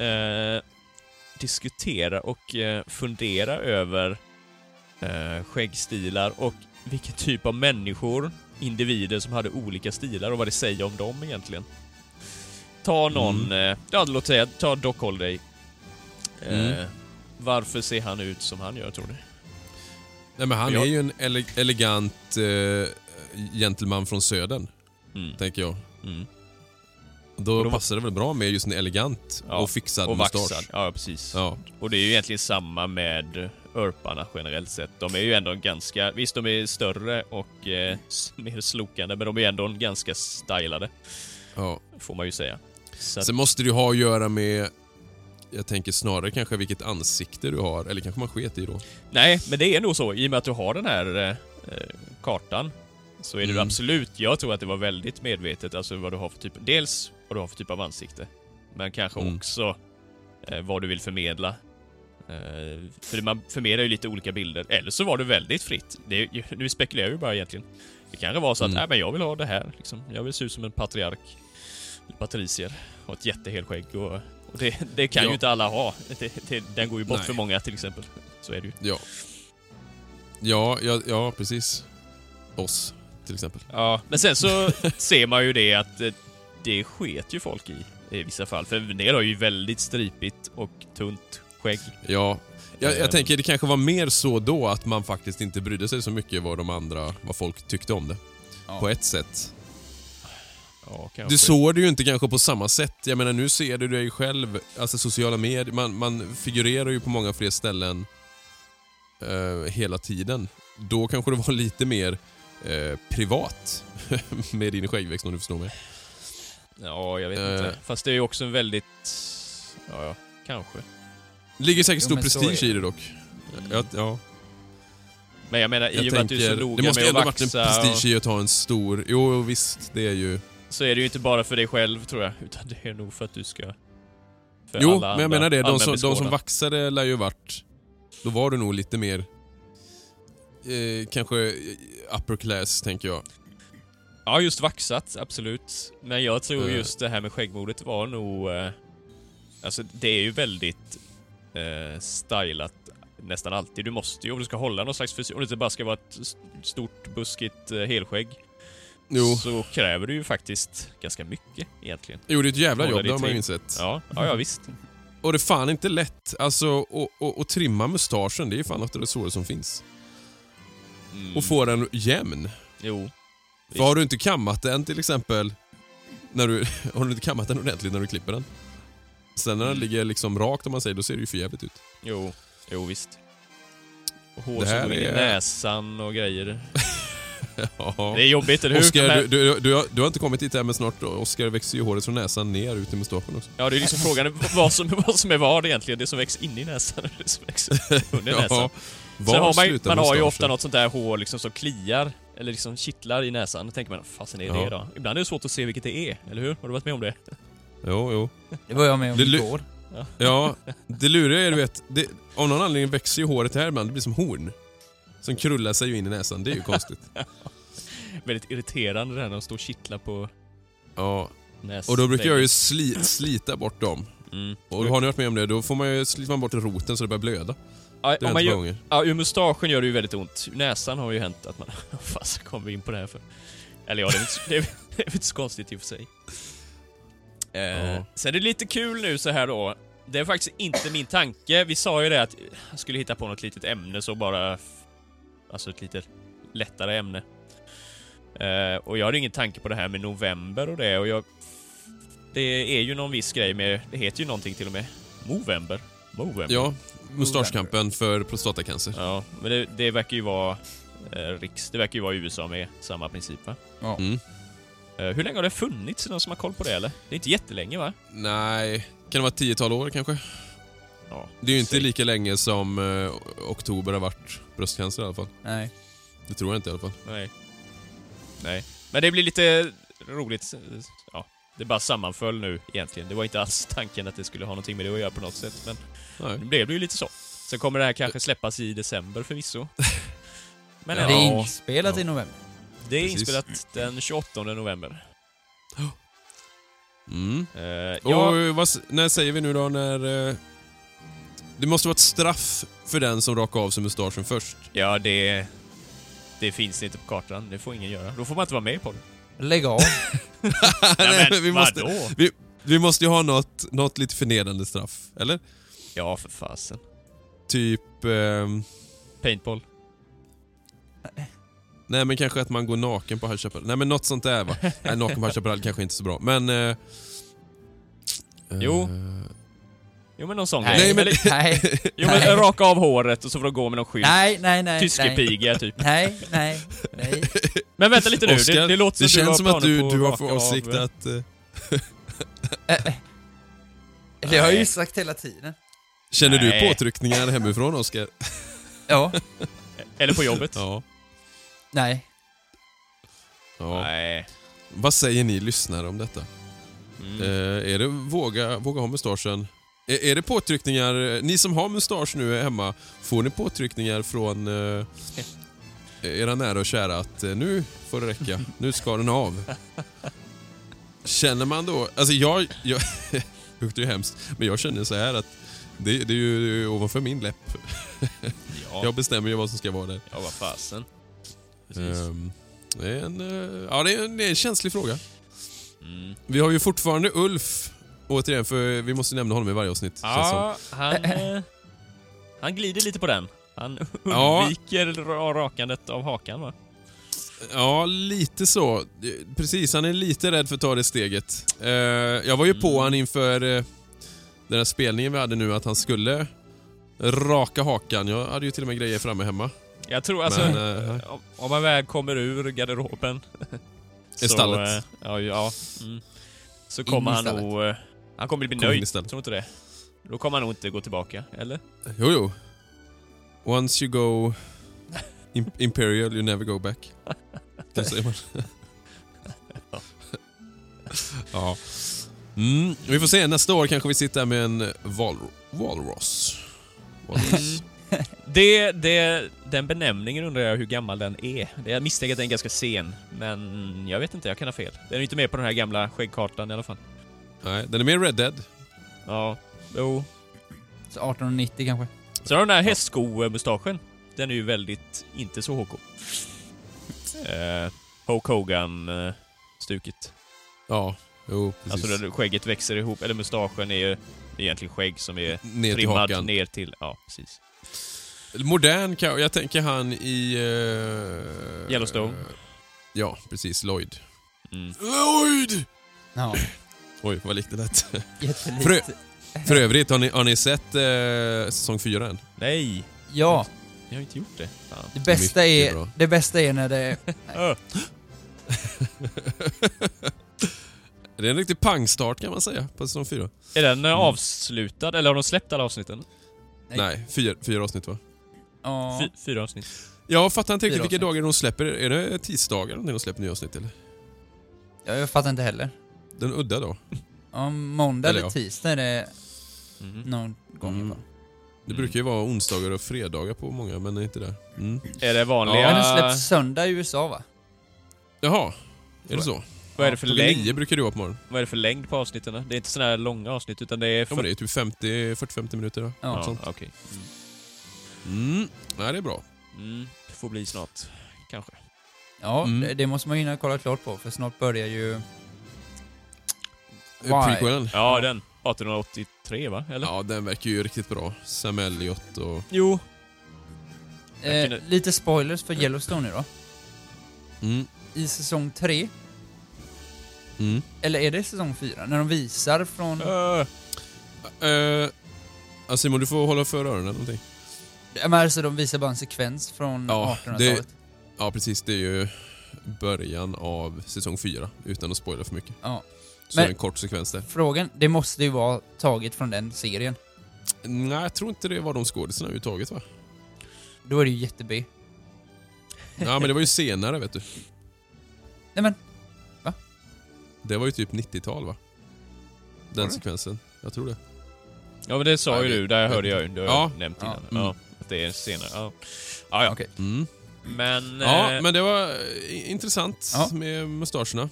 diskutera och fundera över skäggstilar och vilken typ av människor, individer som hade olika stilar och vad det säger om dem egentligen. Ta någon, låt säga, ta Doc Holliday. Varför ser han ut som han gör, tror du? Nej, men han är ju en elegant gentleman från södern, tänker jag. Då passar det väl bra med just en elegant och fixad och mustasch. Ja, precis. Ja. Och det är ju egentligen samma med örparna generellt sett. De är ju ändå ganska... Visst, de är större och mer slokande, men de är ändå ganska stylade. Ja. Får man ju säga. Sen måste det ju ha att göra med... Jag tänker snarare kanske vilket ansikte du har. Eller kanske man sket i då. Nej, men det är nog så. I och med att du har den här kartan, så är det absolut... Jag tror att det var väldigt medvetet. Alltså vad du har för typ... Dels vad du har för typ av ansikte. Men kanske också vad du vill förmedla. För man förmedlar ju lite olika bilder. Eller så var det väldigt fritt. Nu spekulerar vi bara egentligen. Det kanske var så att men jag vill ha det här. Liksom. Jag vill se ut som en patriark. Patricier. Och ett jättehelskägg. Och det kan ju inte alla ha. Den går ju bort för många till exempel. Så är det ju. Ja, precis. Oss till exempel. Ja, men sen så ser man ju det att det sket ju folk i vissa fall. För en del har ju väldigt stripigt och tunt skägg. Ja, jag tänker det kanske var mer så då att man faktiskt inte brydde sig så mycket vad folk tyckte om det. Ja. På ett sätt. Ja, du såg det ju inte kanske på samma sätt. Jag menar, nu ser du dig själv, alltså sociala medier, man figurerar ju på många fler ställen hela tiden. Då kanske det var lite mer privat med din skäggväxt, om du förstår mig. Ja, jag vet inte. Fast det är ju också en väldigt... Ja, kanske. Ligger säkert stor prestige i det dock. Ja. Men jag menar, i och med att du är så noga med att vaxa... Det måste ju ändå varit en prestige i att ha en stor... Jo, visst, det är ju... Så är det ju inte bara för dig själv, tror jag. Utan det är nog för att du ska... Jo, men jag menar det. De som vaxade lär ju varit... Då var du nog lite mer... kanske upper class, tänker jag. Ja, just vaxat, absolut. Men jag tror just det här med skäggmodet var nog... alltså, det är ju väldigt stylat nästan alltid. Du måste ju, om du ska hålla någon slags om det inte bara ska vara ett stort, buskigt helskägg, så kräver du ju faktiskt ganska mycket egentligen. Jo, det är ett jävla jobb, det har man ju insett. Ja, visst. Och det är fan inte lätt. Alltså, att trimma mustaschen, det är ju fan något av det svåra som finns. Och få den jämn. Jo. För har du inte kammat den till exempel, har du inte kammat den ordentligt när du klipper den? Sen när den ligger liksom rakt, om man säger, då ser det ju för jävligt ut. Jo, visst. Och hår som går in i näsan och grejer. Ja. Det är jobbigt, eller hur? Oskar, du har inte kommit hit här, men snart Oskar växer ju håret från näsan ner ut i mustaschen också. Ja, det är liksom frågan vad som är vad egentligen. Det som växer in i näsan eller det som växer under näsan. Man har ju ofta något sånt där hår liksom som kliar eller liksom kittlar i näsan. Då tänker man, fasen är det då? Ibland är det svårt att se vilket det är, eller hur? Har du varit med om det? Jo. Det var jag med om igår. Ja, det luriga är, du vet, av någon anledning växer ju håret här, men det blir som horn. Som krullar sig ju in i näsan, det är ju konstigt. Väldigt irriterande det här när de står och kittlar på näsan. Och då brukar jag ju slita bort dem. Och har ni varit med om det, då får man ju slita bort roten så det börjar blöda. Ja, Det har om man hänt gör, många gånger. ja, ur mustaschen gör det ju väldigt ont. Näsan har ju hänt att man... Fast kommer vi in på det här för... Eller ja, det är väl inte så konstigt i och för sig. Ja. Sen är det lite kul nu så här då. Det är faktiskt inte min tanke. Vi sa ju det att jag skulle hitta på något litet ämne så bara... Alltså ett lite lättare ämne. Och jag hade ingen tanke på det här med november och det. Och det är ju någon viss grej med... Det heter ju någonting till och med. Movember. Ja, mustaschkampen för prostatacancer. Ja, men det verkar ju vara det verkar ju vara i USA med samma princip, va? Ja. Mm. Hur länge har det funnits? Någon som har koll på det, eller? Det är inte jättelänge, va? Nej, kan det vara 10-tal år kanske? Ja. Det är ju inte lika länge som oktober har varit bröstcancer i alla fall. Nej. Det tror jag inte i alla fall. Nej. Men det blir lite roligt. Ja, det bara sammanföll nu egentligen. Det var inte alls tanken att det skulle ha någonting med det att göra på något sätt, men Nej. nu blev det ju lite så. Sen kommer det här kanske släppas i december förvisso. Men Det är inspelat i november. det är Precis. inspelat den 28 november. Mm. Ja, Och när säger vi nu då när... det måste vara ett straff för den som rakar av sig mustaschen först. ja, det finns inte på kartan. Det får ingen göra. Då får man inte vara med på det. Lägg av. Nej, men vi måste, vadå? vi måste ju ha något lite förnedrande straff, eller? Ja, för fasen. Typ... Paintball. nej, men kanske att man går naken på High Chaparral. Nej, men något sånt där, va? Nej, naken på High Chaparral kanske inte så bra. Men... Jo. Jo, men någon sån Nej, grej. men- Eller- Nej. Jo, men raka av håret och så får du gå med någon skylt. Nej. Tyskepiga, typ. Nej. Men vänta lite nu. Oscar, Det låter det som känns som att planer på du har raka för åsikt av- att... Det har jag ju Nej. sagt hela tiden. känner du Nej. påtryckningar hemifrån, Oscar? Ja. Eller på jobbet. Ja. Nej. Ja. Nej. Vad säger ni lyssnare om detta? Mm. Är det våga ha mustaschen? Är det påtryckningar? Ni som har mustasch nu hemma, får ni påtryckningar från era nära och kära att nu får det räcka, nu ska den av? Känner man då... Alltså jag luktar ju hemskt, men jag känner så här att det är ju ovanför min läpp. Ja. Jag bestämmer ju vad som ska vara där. Ja, vad fasen. Precis. Det är det är en känslig fråga. Mm. Vi har ju fortfarande Ulf, återigen, för vi måste nämna honom i varje avsnitt. känns som. Ja, han glider lite på den. Han Ja. undviker rakandet av hakan, va? Ja, lite så. Precis, han är lite rädd för att ta det steget. Jag var ju på han inför den här spelningen vi hade nu, att han skulle raka hakan. Jag hade ju till och med grejer framme hemma. Jag tror alltså, Men, om man väl kommer ur garderoben I stallet. så kommer In i han stallet. nog... Han kommer bli Kommer in i nöjd, stallet. tror inte det. Då kommer han nog inte gå tillbaka, eller? Jo. Once you go imperial, you never go back. Det säger man. Ja. Vi får se, nästa år kanske vi sitter här med en Walross. Den benämningen undrar jag hur gammal den är. Jag misstänker att den är ganska sen, men jag vet inte, jag kan ha fel. Den är inte med på den här gamla skäggkartan i alla fall. Nej, den är mer Red Dead. Ja, jo. Så 1890 kanske. Så har den här hästsko-mustaschen. Den är ju väldigt inte så HK. Hulk Hogan-stuket. Ja, jo, precis. Alltså där skägget växer ihop, eller mustaschen är ju egentligen skägg som är ner till trimmad hakan. ner till, ja precis. Modern, jag tänker han i... Yellowstone. Ja, precis, Lloyd. Mm. Lloyd! Ja. Oj, vad likt det lät. Jättelikt. För övrigt, har ni sett säsong 4 än? Nej, Ja. jag har inte gjort det. Fan. Det Mycket bästa är när det... Det är en riktig pangstart kan man säga på säsong 4. Är den avslutad, eller har de släppt alla avsnitten? Nej. Nej, 4 avsnitt va? Ja. 4 avsnitt. Jag fattar inte riktigt 4 vilka avsnitt. dagar de släpper. Är det tisdagar när de släpper nya avsnitt eller? Jag fattar inte heller. Den udda då? Ja, måndag Eller eller ja. tisdag är det Mhm. någon gång. Mm. Va? Det brukar ju vara onsdagar och fredagar på många, men inte där. Är det vanliga... Ja, den släpps söndag i USA, va? Jaha, är det så? Vad är det för Klockan 9 längd? brukar det vara på morgonen. Vad är det för längd på avsnitten? Det är inte såna här långa avsnitt, utan det är... Ja, men det är typ 40-50 minuter då. Ja. Något sånt. okej. Nej, det är bra. Får bli snart, kanske. Ja, det måste man hinna kolla klart på, för snart börjar ju... Prequelen. Ja, den. 1883, va? Eller? Ja, den verkar ju riktigt bra. Sam Elliott och... Jo. Lite spoilers för Yellowstone nu då. I säsong 3, eller är det säsong 4? När de visar från... Simon, du får hålla för öronen eller någonting. Men alltså de visar bara en sekvens från 1800-talet. Ja, precis. Det är ju början av säsong 4, utan att spoila för mycket. Ja. Så är det en kort sekvens där. Frågan, det måste ju vara taget från den serien. Nej, jag tror inte det var de skådisarna överhuvudtaget, va? Då är det ju jätte-B. Ja, men det var ju senare, vet du. Nej men, va? Det var ju typ 90-tal, va? Den sekvensen. Jag tror det. Ja, men det sa ju du. Där hörde jag ju. Du har nämnt innan. Ja. Att det är senare. Ja. Okej. Men... Ja, men det var intressant med mustascherna.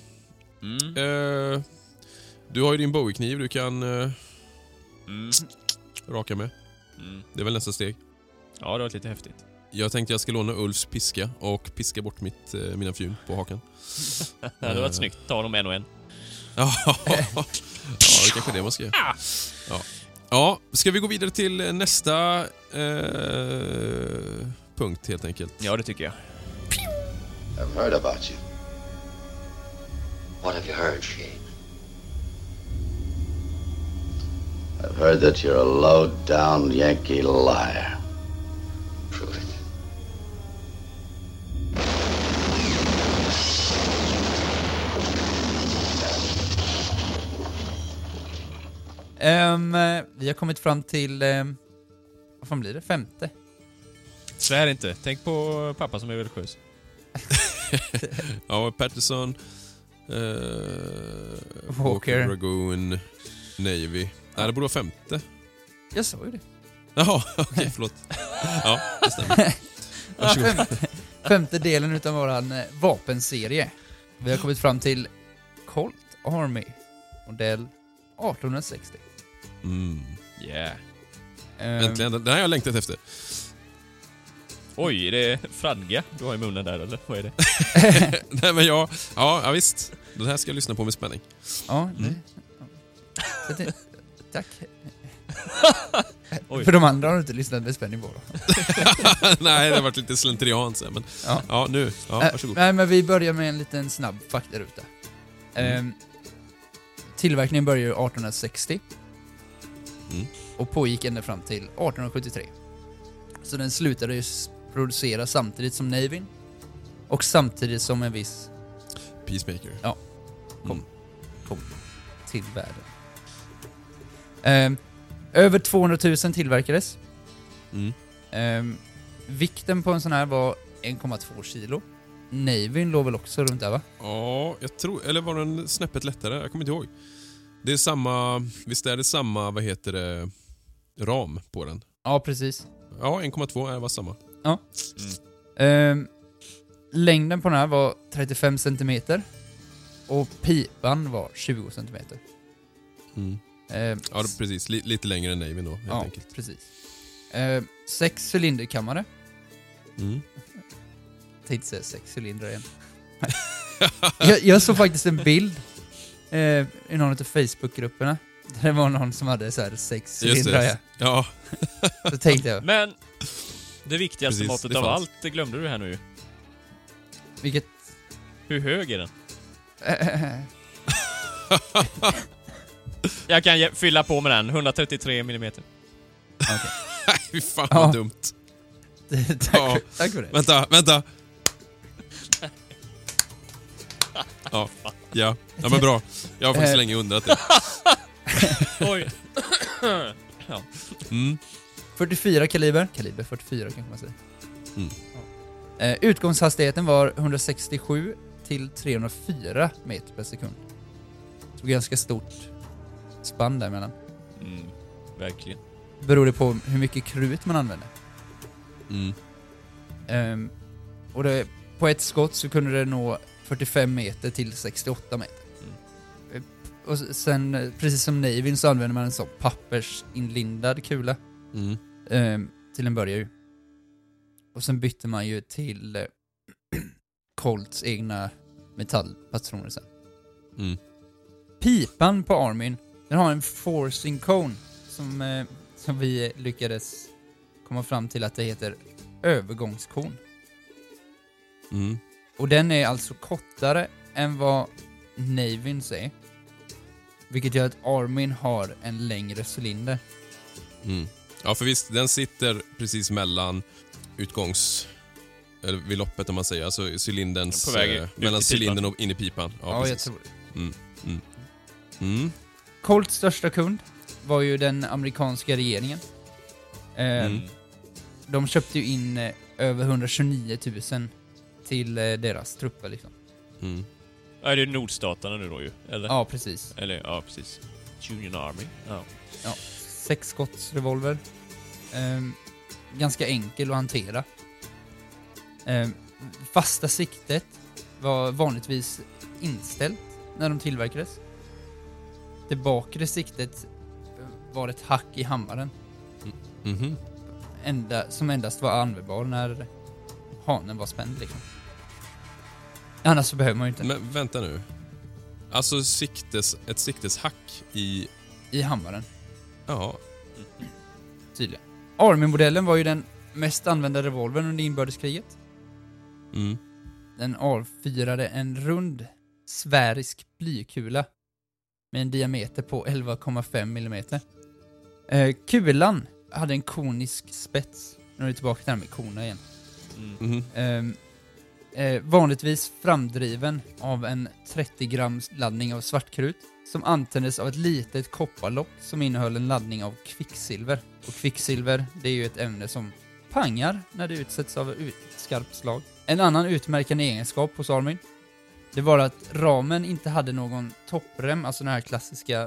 Du har ju din Bowie-kniv du kan raka med. Det är väl nästa steg. Ja, det var lite häftigt. Jag tänkte jag ska låna Ulfs piska och piska bort mina fjun på hakan. Det hade varit snyggt. Ta dem en och en. Ja, det kanske det man ska göra. Ja, ska vi gå vidare till nästa punkt helt enkelt? Ja, det tycker jag. I've heard about you. What have you heard, Shane? I've heard that you're a low-down Yankee liar. Prove it. Vi har kommit fram till... vad fan blir det? 5:e? Svär inte. Tänk på pappa som är religiös. Ja, Patterson, Walker, Dragoon, Navy. Nej, det borde vara 5:e. Jag sa ju det. Jaha, okej, förlåt. Ja, det stämmer. Varsågod. 5:e delen utav våran vapenserie. Vi har kommit fram till Colt Army, modell 1860. Yeah. Äntligen, den här har jag längtat efter. Oj, är det fradga du har i munnen där, eller? Vad är det? Nej, men ja, visst. Den här ska jag lyssna på med spänning. Ja, tack. Oj. För de andra har du inte lyssnat med spänning på då. Nej, det har varit lite slentrian sen, men nu. Ja, varsågod. Nej, men vi börjar med en liten snabb faktaruta. Tillverkningen började 1860 och pågick ända fram till 1873. Så den slutade ju producera samtidigt som Navy och samtidigt som en viss Peacemaker. Ja, kom till världen. Över 200 000 tillverkades. Vikten på en sån här var 1,2 kilo. Navyn låg väl också runt där, va? Ja, jag tror... Eller var den snäppet lättare? Jag kommer inte ihåg. Det är samma... Visst är det samma, vad heter det, ram på den? Ja, precis. Ja, 1,2 var samma. Ja. Längden på den här var 35 centimeter. Och pipan var 20 centimeter. Ja, precis. Lite längre än Navy då, helt enkelt. Ja, precis. 6 cylinderkammare. Tänkte säga 6 cylindrar igen. jag såg faktiskt en bild i någon av Facebookgrupperna. Det var någon som hade så här 6 cylindrar. Ja. Så tänkte jag. Men det viktigaste Precis, måttet det av fanns. allt, det glömde du här nu. Vilket... Hur hög är den? Jag kan fylla på med den. 133 millimeter. Fy fan vad dumt. Tack för det. Vänta. Ja, men bra. Jag har faktiskt länge undrat det. Oj. 44 kaliber 44 kanske man säger. Utgångshastigheten var 167 till 304 meter per sekund. Så ganska stort spann däremellan. Verkligen. Beror det på hur mycket krut man använder. Och på ett skott så kunde det nå 45 meter till 68 meter. Och sen, precis som Navyn, så använder man en sån pappersinlindad kula till en början ju. Och sen bytte man ju till Colts egna metallpatroner sen. Mm. Pipan på Armin, den har en forcing cone som vi lyckades komma fram till att det heter övergångskon. Mm. Och den är alltså kortare än vad Navyns är. Vilket gör att Armin har en längre cylinder. Mm. Ja, för visst, den sitter precis mellan eller vid loppet om man säger, alltså cylinderns På väg mellan ut i cylindern och in i pipan. Ja, jag precis. tror det. Mm. Mm. Mm. Colts största kund var ju den amerikanska regeringen. De köpte ju in över 129 000 till deras trupper liksom. Mm. Ja, det är nordstaterna nu då ju, eller? Ja, precis. Eller, ja, precis. Union Army. Ja. 6-skottsrevolver. Ganska enkel att hantera. Fasta siktet var vanligtvis inställt när de tillverkades. Det bakre siktet var ett hack i hammaren. Mhm. Som endast var användbar när hanen var spänd liksom. Annars så behöver man ju inte. Men vänta nu. Alltså ett sikteshack i... I hammaren, Ja. tydligen. Army-modellen var ju den mest använda revolvern under inbördeskriget. Mm. Den avfyrade en rund sfärisk blykula med en diameter på 11,5 millimeter. Kulan hade en konisk spets. Nu är vi tillbaka till det här med kona igen. Mhm. Vanligtvis framdriven av en 30 grams laddning av svartkrut som antändes av ett litet kopparlock som innehöll en laddning av kvicksilver. Och kvicksilver, det är ju ett ämne som pangar när det utsätts av ett skarpt slag. En annan utmärkande egenskap hos Armin, det var att ramen inte hade någon topprem, alltså det här klassiska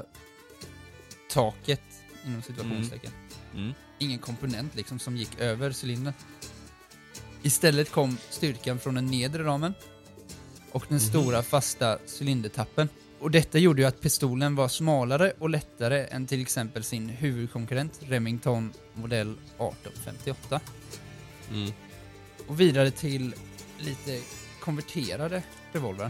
taket inom situationstecken. Ingen komponent liksom som gick över cylindern. Istället kom styrkan från den nedre ramen och den stora fasta cylindertappen. Och detta gjorde ju att pistolen var smalare och lättare än till exempel sin huvudkonkurrent Remington modell 1858. Mm. Och vidare till lite konverterade revolver.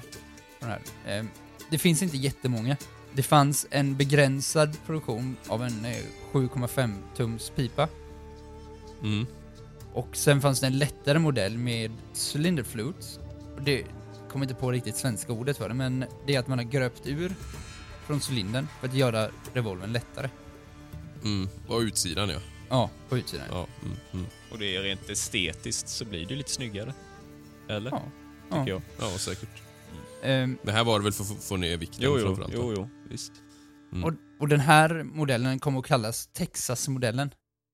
Det finns inte jättemånga. Det fanns en begränsad produktion av en 7,5 tums pipa. Mm. Och sen fanns det en lättare modell med cylinder flutes. Och det kommer inte på riktigt svenska ordet för det, men det är att man har gröpt ur från cylindern för att göra revolvern lättare. Mm. Och utsidan, ja. Ja, på utsidan. Ja. Mm. Mm. Och det är rent estetiskt så blir det lite snyggare. Eller? Ja. Tycker jag. Ja, säkert. Ehm, Det här var det väl för att få ner vikten framförallt. Jo, visst. Mm. och den här modellen kommer att kallas Texas-modellen.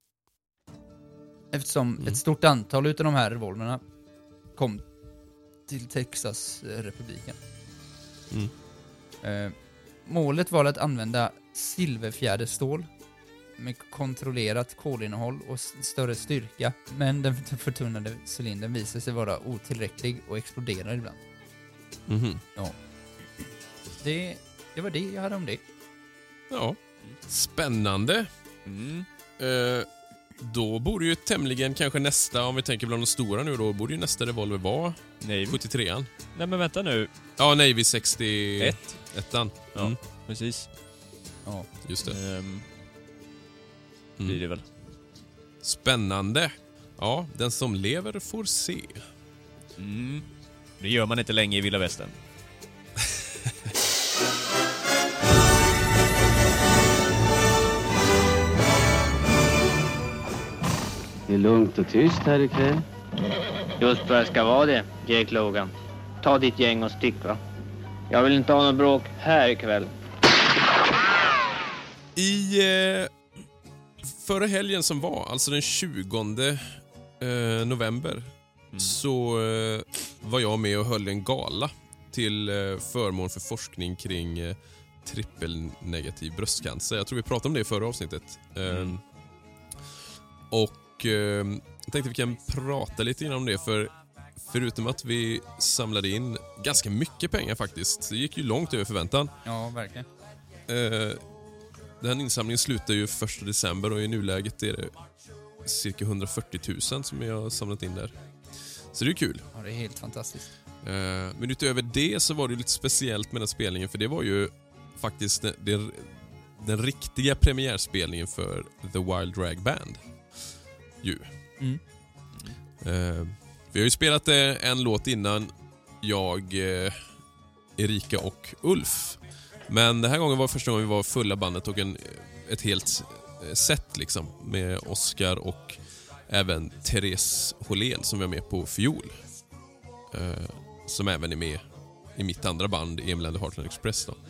Eftersom ett stort antal utav de här revolverna kom till Texas-republiken. Målet var att använda silverfjäderstål med kontrollerat kolinnehåll och större styrka, men den förtunnade cylindern visade sig vara otillräcklig och exploderade ibland. Mhm. Ja. Det var det jag hade om det. Ja. Spännande. Mm. Då borde ju tämligen kanske nästa, om vi tänker bland de stora nu då, borde ju nästa revolver vara Navy. 73an. Nej men vänta nu. Ja, Navy 61. Ja, precis. Ja. Just det. Blir det väl. Spännande. Ja, den som lever får se. Mm. Det gör man inte länge i Vilda Västern. Det är lugnt och tyst här ikväll. Just vad det ska vara det, Jake Logan. Ta ditt gäng och stick, va? Jag vill inte ha någon bråk här ikväll. I förra helgen som var, alltså den 20 november, så var jag med och höll en gala till förmån för forskning kring trippelnegativ bröstcancer. Jag tror vi pratade om det i förra avsnittet. Och jag tänkte vi kan prata lite om det, för förutom att vi samlade in ganska mycket pengar faktiskt. Det gick ju långt över förväntan. Ja, verkligen. Den insamlingen slutar ju 1 december och i nuläget är det cirka 140 000 som jag har samlat in där. Så det är kul. Ja, det är helt fantastiskt. Men utöver det så var det lite speciellt med den spelningen, för det var ju faktiskt den riktiga premiärspelningen för The Wild Rag Band. Vi har ju spelat en låt innan, jag, Erika och Ulf. Men den här gången var första gången vi var fulla bandet och ett helt set liksom, med Oscar och även Therese Hållén som var med på fiol. Som även är med i mitt andra band, Emil & Heartland Express då.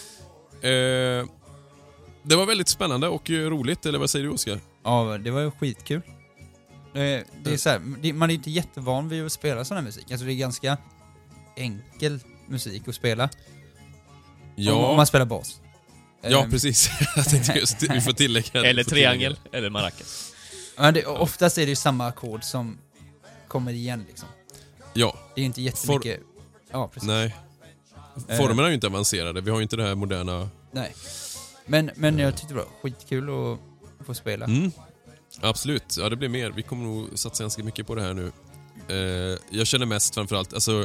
Det var väldigt spännande och roligt, eller vad säger du, Oscar? Ja, det var ju skitkul. Det är så här, man är inte jättevan vid att spela sån här musik. Alltså det är ganska enkel musik att spela. Ja. Om man spelar bas. Ja, precis. Jag tänkte just, vi får tillägga. Eller triangel, eller maracas. Ja, oftast är det ju samma ackord som kommer igen liksom. Ja. Det är inte jättemycket... Ja, precis. Nej. Formerna är ju inte avancerade. Vi har ju inte det här moderna... Nej. Men jag tyckte det var skitkul att få spela. Absolut. Ja, det blir mer. Vi kommer nog satsa ganska mycket på det här nu. Jag känner mest framförallt... Alltså,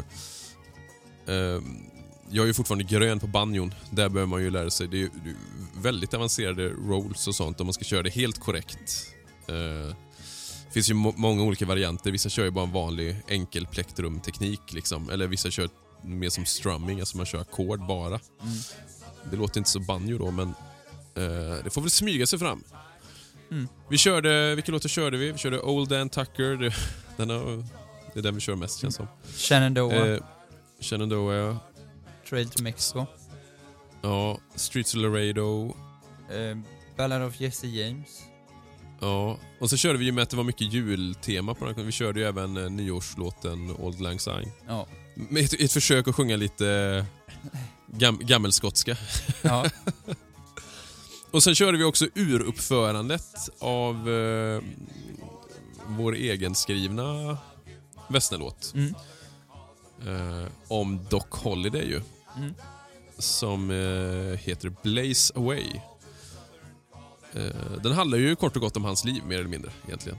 jag är ju fortfarande grön på banjon. Där behöver man ju lära sig. Det är väldigt avancerade rolls och sånt om man ska köra det helt korrekt. Det finns ju många olika varianter. Vissa kör ju bara en vanlig enkel plektrumteknik liksom. Eller vissa kör mer som strumming, alltså man kör ackord bara. Det låter inte så banjo då, men det får väl smyga sig fram. Vi körde, vilka låtar körde vi? Vi körde Old Dan Tucker. Det är den vi kör mest, känns som. Shenandoah, ja. Trail to Mexico. Ja, Streets of Laredo. Ballad of Jesse James. Ja, och så körde vi ju med att det var mycket jultema på den. Vi körde ju även nyårslåten Old Lang Syne. Ja. Med ett försök att sjunga lite gammelskotska. Ja. Och sen körde vi också uruppförandet av vår egenskrivna västernlåt. Om Doc Holliday ju. Som heter Blaze Away. Den handlar ju kort och gott om hans liv, mer eller mindre egentligen.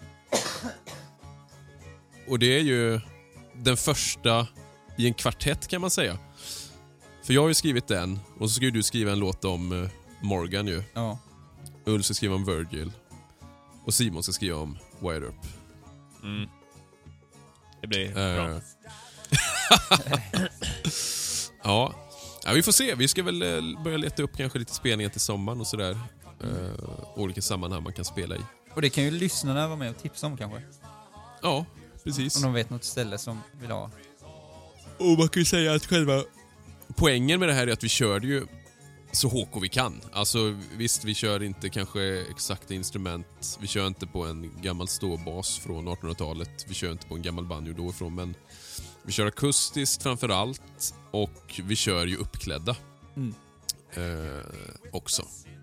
Och det är ju den första i en kvartett, kan man säga. För jag har ju skrivit den, och så ska ju du skriva en låt om Morgan ju. Ja. Ulf ska skriva om Virgil. Och Simon ska skriva om Wire Up. Det blir bra. Ja, vi får se. Vi ska väl börja leta upp kanske lite spelningar till sommaren och sådär. Olika sammanhang man kan spela i. Och det kan ju lyssnarna vara med och tipsa om kanske. Ja, precis. Om de vet något ställe som vill ha. Och man kan ju säga att själva poängen med det här är att vi kör ju så HK vi kan. Alltså visst, vi kör inte kanske exakta instrument. Vi kör inte på en gammal ståbas från 1800-talet. Vi kör inte på en gammal banjo då ifrån, men vi kör akustiskt framför allt. Och vi kör ju uppklädda också.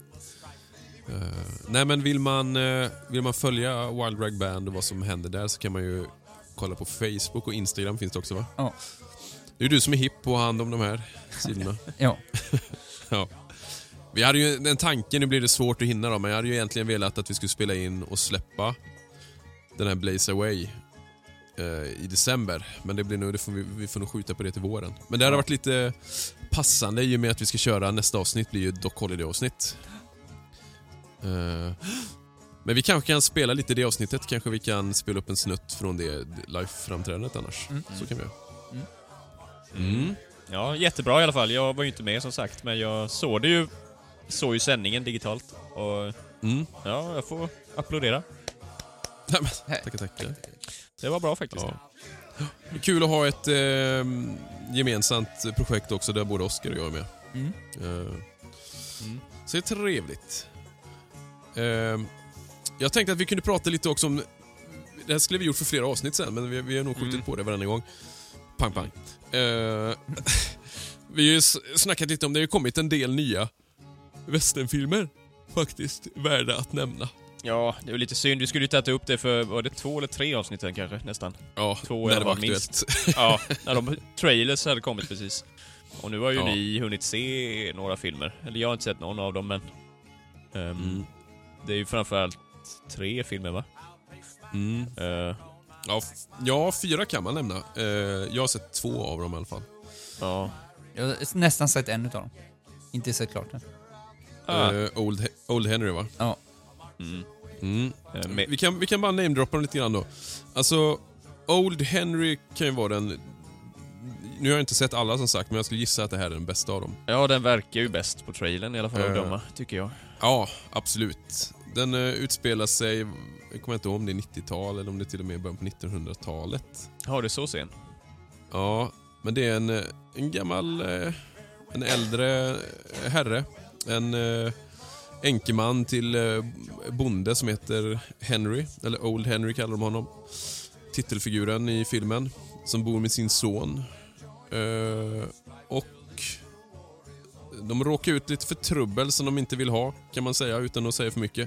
Nej, men vill man följa Wild Rag Band och vad som händer där, så kan man ju kolla på Facebook och Instagram finns det också, va? Ja. Det är du som är hipp på hand om de här sidorna. Ja. Ja. Vi hade ju en tanke, nu blir det svårt att hinna då, men jag hade ju egentligen velat att vi skulle spela in och släppa den här Blaze Away i december. Men det blir nog, vi får nog skjuta på det till våren. Men det hade varit lite passande i och med att vi ska köra nästa avsnitt, blir ju Doc Holliday-avsnitt. Men vi kanske kan spela lite i det avsnittet. Kanske vi kan spela upp en snutt från det live-framträdandet annars. Så kan vi göra. Ja, jättebra i alla fall. Jag var ju inte med som sagt, men jag såg ju sändningen digitalt. Och ja, jag får applådera. Tackar. Det var bra faktiskt. Ja. Det är kul att ha ett gemensamt projekt också där både Oscar och jag är med. Så det är trevligt. Jag tänkte att vi kunde prata lite också om... Det här skulle vi gjort för flera avsnitt sen, men vi har nog skjutit på det varenda gång. Pang. Vi har ju snackat lite om det har kommit en del nya westernfilmer faktiskt värda att nämna. Ja, det var lite synd. Vi skulle ju tagit upp det för, var det 2 eller 3 avsnitt kanske, nästan? Ja, 2 när det var aktuellt. Ja, när de trailers hade kommit precis. Och nu har ju ni hunnit se några filmer. Eller jag har inte sett någon av dem, men... Det är ju framförallt 3 filmer, va? Ja, 4 kan man nämna. Jag har sett 2 av dem i alla fall. Ja. Jag har nästan sett en utav dem. Inte sett klart den. Old Henry, va? Ja. Vi kan bara namedroppa dem lite grann då. Alltså, Old Henry kan ju vara den... Nu har jag inte sett alla som sagt, men jag skulle gissa att det här är den bästa av dem. Ja, den verkar ju bäst på trailern i alla fall att döma, tycker jag. Ja, absolut. Den utspelar sig, jag kommer inte ihåg om det är 90-tal eller om det till och med början på 1900-talet. Har det så sen? Ja, men det är en gammal, en äldre herre. En enkeman till bonde som heter Henry, eller Old Henry kallar de honom. Titelfiguren i filmen, som bor med sin son. Och de råkar ut lite för trubbel som de inte vill ha, kan man säga, utan att säga för mycket.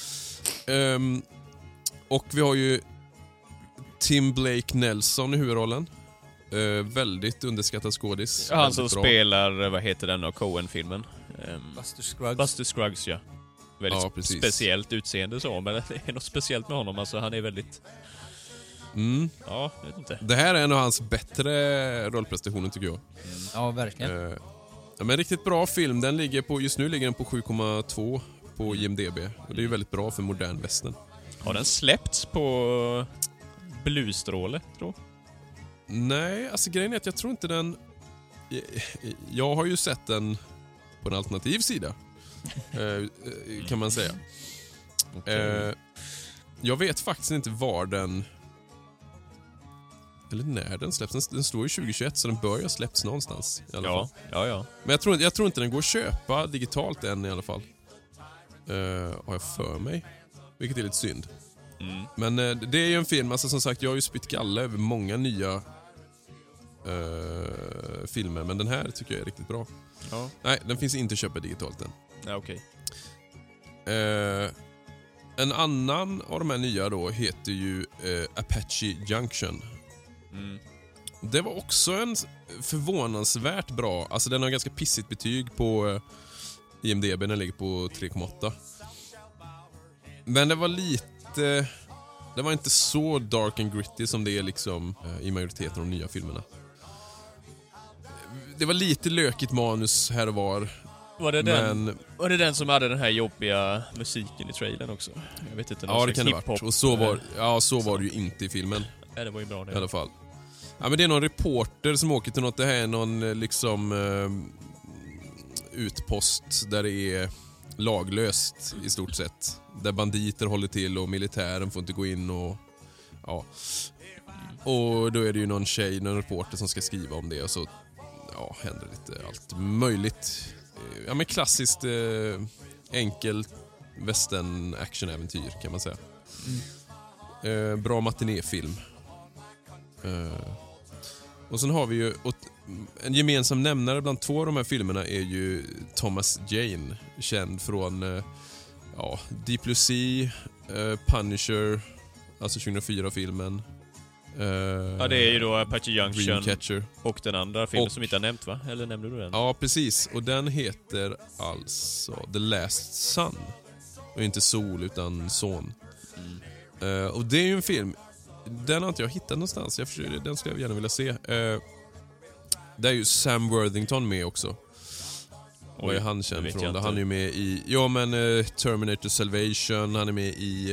Och vi har ju Tim Blake Nelson i huvudrollen. Väldigt underskattad skådis. Ja, han som bra. spelar, vad heter den då, Coen-filmen? Buster Scruggs. Buster Scruggs, ja. Väldigt Ja, precis. speciellt utseende så, men det är något speciellt med honom. Alltså, han är väldigt... Ja, jag vet inte. Det här är en av hans bättre rollprestationer, tycker jag. Ja, verkligen. Ja, men riktigt bra film. Den ligger på, just nu ligger den på 7,2 på IMDb. Och det är ju väldigt bra för modern västern. Har den släppts på Bluestråle, tror jag? Nej, alltså grejen är att jag tror inte den... Jag har ju sett den på en alternativ sida. Kan man säga. Jag vet faktiskt inte var den... Eller när den släpps. Den står ju 2021, så den börjar släpps någonstans i alla fall. Ja. Men jag tror inte den går att köpa digitalt än i alla fall. Har jag för mig. Vilket är lite synd. Men det är ju en film, alltså som sagt, jag har ju spytt galle över många nya filmer, men den här tycker jag är riktigt bra. Ja. Nej, den finns inte att köpa digitalt än. Ja, okej. En annan av de här nya då heter ju Apache Junction. Det var också en förvånansvärt bra, alltså den har ganska pissigt betyg på IMDb, den ligger på 3,8. Men det var lite... Det var inte så dark and gritty som det är liksom i majoriteten av de nya filmerna. Det var lite lökigt manus här och var. Var det den som hade den här jobbiga musiken i trailern också? Jag vet inte. Ja, det kan det ha varit. Och så var det ju inte i filmen. Ja, det var ju bra det. I alla fall. Ja, men det är någon reporter som åker till något. Det här är någon liksom utpost där det är laglöst i stort sett. Där banditer håller till och militären får inte gå in och... Ja. Och då är det ju någon reporter som ska skriva om det och så händer lite allt möjligt. Ja, men klassiskt enkel western action-äventyr kan man säga. Bra matinéfilm. Och sen har vi ju en gemensam nämnare bland 2 av de här filmerna är ju Thomas Jane, känd från Deep Blue Sea, Punisher, alltså 2004-filmen. Ja, det är ju då Apache Junction Dreamcatcher. och den andra filmen som inte har nämnt, va? Eller nämnde du den? Ja, precis. Och den heter alltså The Last Sun. Och inte sol utan son. Och det är ju en film. Den har inte jag hittat någonstans. Den skulle jag gärna vilja se. Det är ju Sam Worthington med också. Vad är han känd från? Han är ju med i Terminator Salvation. Han är med i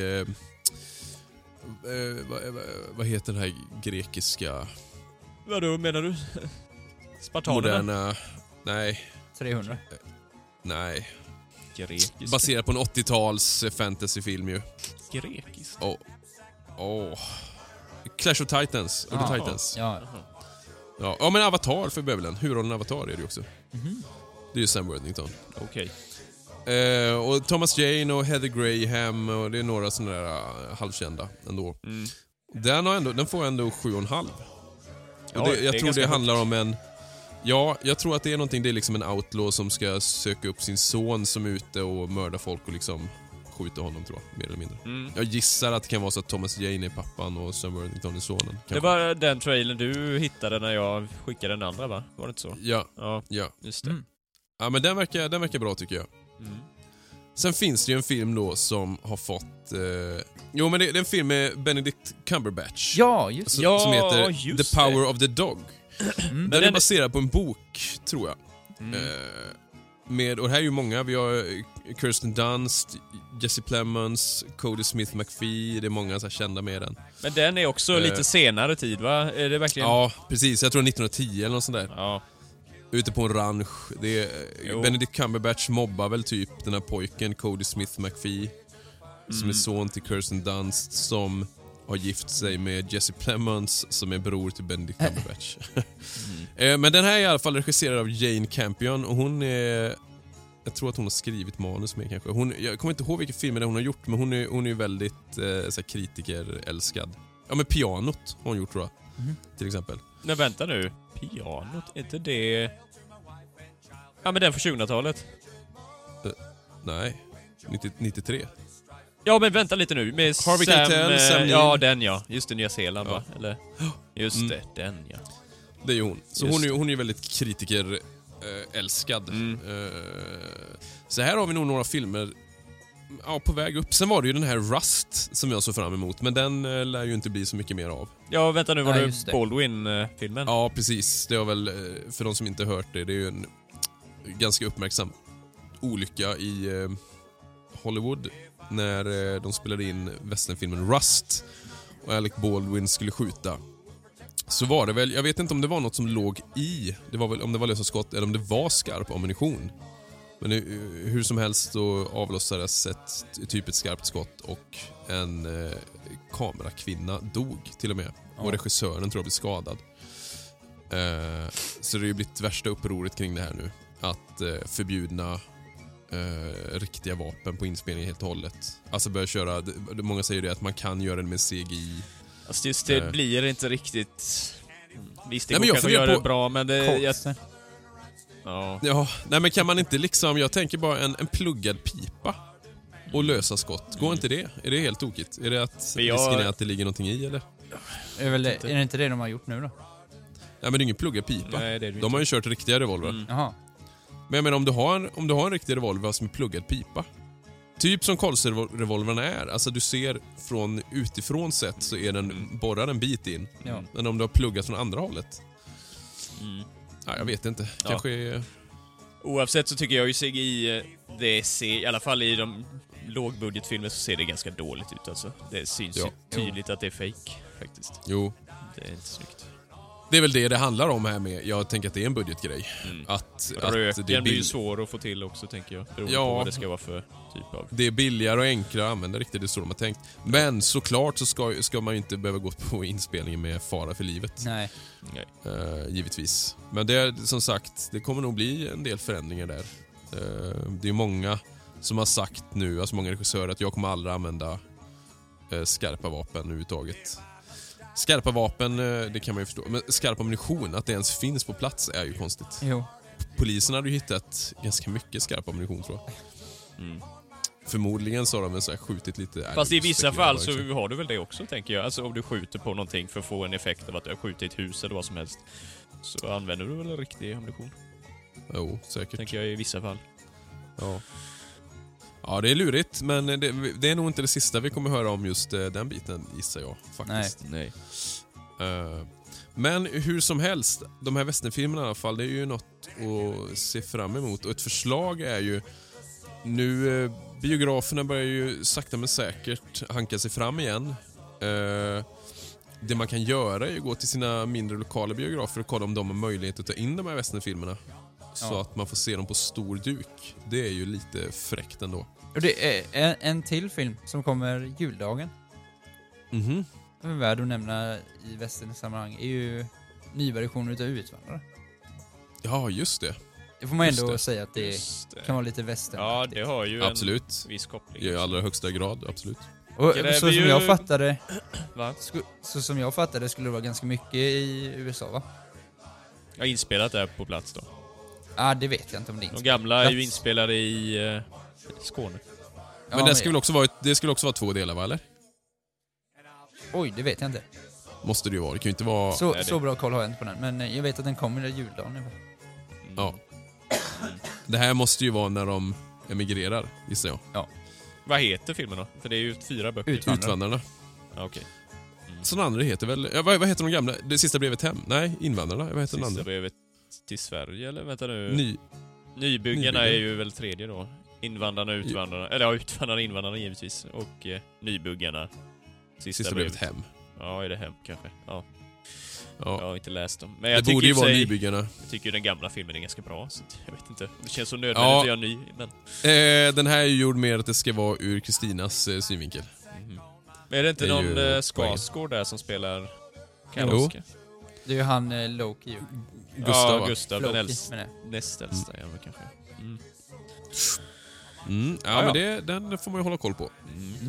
vad heter den här grekiska... Vadå menar du? Spartanerna? Moderna... Nej. 300. Nej. Grekisk. Baserat på en 80-tals fantasyfilm ju. Grekisk? Clash of Titans. Of the Titans. Ja, men Avatar för bövelen. Huvudrollen Avatar är det ju också. Det är ju Sam Worthington. Okej. Och Thomas Jane och Heather Graham och det är några sådana där halvkända ändå. Den får ändå 7,5. Jag tror det handlar om en... Ja, jag tror att det är någonting, det är liksom en outlaw som ska söka upp sin son som är ute och mördar folk och liksom skjuter honom, tror jag, mer eller mindre. Jag gissar att det kan vara så att Thomas Jane är pappan och Sam Worthington är sonen. Kanske. Det var den trailern du hittade när jag skickade den andra, va? Var det inte så? Ja. Just det. Ja, men den verkar bra tycker jag. Sen finns det ju en film då som har fått... Jo, men det är en film med Benedict Cumberbatch. Ja, just det. Som heter just The Power of the Dog. Den är den- baserad på en bok, tror jag. Och här är ju många. Vi har Kirsten Dunst, Jesse Plemons, Cody Smith McPhee. Det är många så här kända med den. Men den är också lite senare tid, va? Är det verkligen... Ja, precis. Jag tror 1910 eller något sånt där. Ja. Ute på en ranch. Det är, Jo. Benedict Cumberbatch mobbar väl typ den här pojken, Cody Smith McPhee. Som är son till Kirsten Dunst, som har gift sig med Jesse Plemons, som är bror till Benedict Cumberbatch. Men den här är i alla fall regisserad av Jane Campion, och hon är... Jag tror att hon har skrivit manus med kanske. Jag kommer inte ihåg vilka filmer hon har gjort, men hon är väldigt så här, kritikerälskad. Ja, men Pianot har hon gjort, tror jag. Till exempel. Nej, vänta nu. Pianot, är inte det... Ja, men den för 2000-talet. Nej, 93. Ja, men vänta lite nu. Med Harvey Keitel, Sam Neill. ja, den ja. Just det, Nya Zeeland, Ja. va? Eller? Just det, den ja. Det är ju hon. Så Just hon är ju väldigt kritikerälskad. Så här har vi nog några filmer på väg upp. Sen var det ju den här Rust som jag såg fram emot, men den lär ju inte bli så mycket mer av. Ja, vänta nu, var Nej, det just det. Baldwin-filmen? Ja, precis. Det var väl, för de som inte hört det är ju en ganska uppmärksam olycka i Hollywood när de spelade in westernfilmen Rust och Alec Baldwin skulle skjuta. Så var det väl, jag vet inte om det var något som låg i, det var väl om det var lösa skott eller om det var skarp ammunition. Men hur som helst så avlossades ett skarpt skott och en kamerakvinna dog till och med. Och regissören tror jag blev skadad. Så det har ju blivit värsta upproret kring det här nu. Att förbjudna riktiga vapen på inspelningen helt och hållet. Alltså börja köra, många säger det att man kan göra det med CGI. Alltså just det blir inte riktigt... Visst, det Nej, men går jag kanske att funderar göra på- det bra, men det... Konstigt. Ja. Ja, nej men kan man inte liksom, jag tänker bara en pluggad pipa och lösa skott. Går inte det? Är det helt tokigt? Är det att Men jag- risken är att det ligger någonting i eller? Är det inte det de har gjort nu då? Nej, men det är ingen pluggad pipa. Nej, det är det De har ju kört riktiga revolver. Jaha. Men jag menar, om du har en riktig revolver som är pluggad pipa. Typ som Colts-revolverna är. Alltså du ser från utifrån sett så är den borrad en bit in. Ja. Men om du har pluggat från andra hållet. Ja, jag vet inte. Ja. Kanske... Oavsett så tycker jag ju CGI, det ser, i alla fall i de lågbudgetfilmer så ser det ganska dåligt ut alltså. Det syns Ja. ju tydligt att det är fake faktiskt. Jo. Det är inte snyggt. Det är väl det handlar om här med. Jag tänker att det är en budgetgrej. Att Röken det är blir ju svår att få till också, tänker jag. Beroende Ja. på vad det ska vara för typ av... Det är billigare och enklare att använda riktigt, det är så de har tänkt. Men såklart så ska man ju inte behöva gå på inspelningen med fara för livet. Nej. Nej. Givetvis. Men det är som sagt, det kommer nog bli en del förändringar där. Det är många som har sagt nu, alltså många regissörer, att jag kommer aldrig använda skarpa vapen överhuvudtaget. Skarpa vapen, det kan man ju förstå. Men skarp ammunition, att det ens finns på plats är ju konstigt. Jo. Polisen hade ju hittat ganska mycket skarp ammunition, tror jag. Förmodligen så har de så här skjutit lite... Fast i vissa spekulerar fall så liksom. har du väl det också, tänker jag. Alltså om du skjuter på någonting för att få en effekt av att du har skjutit i ett hus eller vad som helst, så använder du väl en riktig ammunition, Jo, säkert. tänker jag i vissa fall. Ja. Ja, det är lurigt, men det är nog inte det sista vi kommer höra om just den biten, gissar jag faktiskt. Nej. Men hur som helst, de här westernfilmerna i alla fall, det är ju något att se fram emot. Och ett förslag är ju nu, biograferna börjar ju sakta men säkert hanka sig fram igen. Det man kan göra är ju gå till sina mindre lokala biografer och kolla om de har möjlighet att ta in de här westernfilmerna. Så att man får se dem på stor duk. Det är ju lite fräckt ändå. Och det är en till film som kommer juldagen. Mhm. Som är värd att nämna i västernsammanhang är ju nyversioner utav Utvandrare. Ja, just det. Det får man Just ändå det. säga att det Just det. kan vara lite västern. Ja, det har ju Absolut. en viss koppling. I allra högsta grad, absolut. Och Kräver så som ju- jag fattade Va? så som jag fattade skulle det vara ganska mycket i USA, va? Jag har inspelat det här på plats då. Det vet jag inte om det är De inspelat. gamla är ju inspelade i Skåne. Men det skulle också vara 2 delar, va, eller? Oj, det vet jag inte. Måste det ju vara. Det kan ju inte vara... Så bra koll har jag inte på den. Men jag vet att den kommer i juldagen. Ja. Det här måste ju vara när de emigrerar, gissar jag. Vad heter filmen då? För det är ju 4 böcker. Utvandrarna. Ja, okej. Så den andra heter väl... vad heter de gamla? Det sista brevet hem? Nej, Invandrarna. Vad heter den andra? Sista brevet till Sverige, eller vänta nu? Nybyggarna är ju väl 3:e då. Invandrarna, utvandrarna. Eller ja, utvandrarna, invandrarna givetvis. Och nybyggarna. Sista brevet hem. Ja, är det hem kanske? Ja. Ja. Jag har inte läst dem. Men Det jag borde ju vara sig, nybyggarna. Jag tycker ju den gamla filmen är ganska bra. Så jag vet inte. Det känns så nödvändigt att göra ny. Men... Den här är ju gjord mer att det ska vara ur Kristinas synvinkel. Men är det inte Det är någon ju Skarsgård där som spelar Jo. Karoska? Det är ju han Loki ju. Gustav, va? Gustav, den Loki, äldsta. menar jag. Näst äldsta, ja, kanske. Ja, men den får man ju hålla koll på.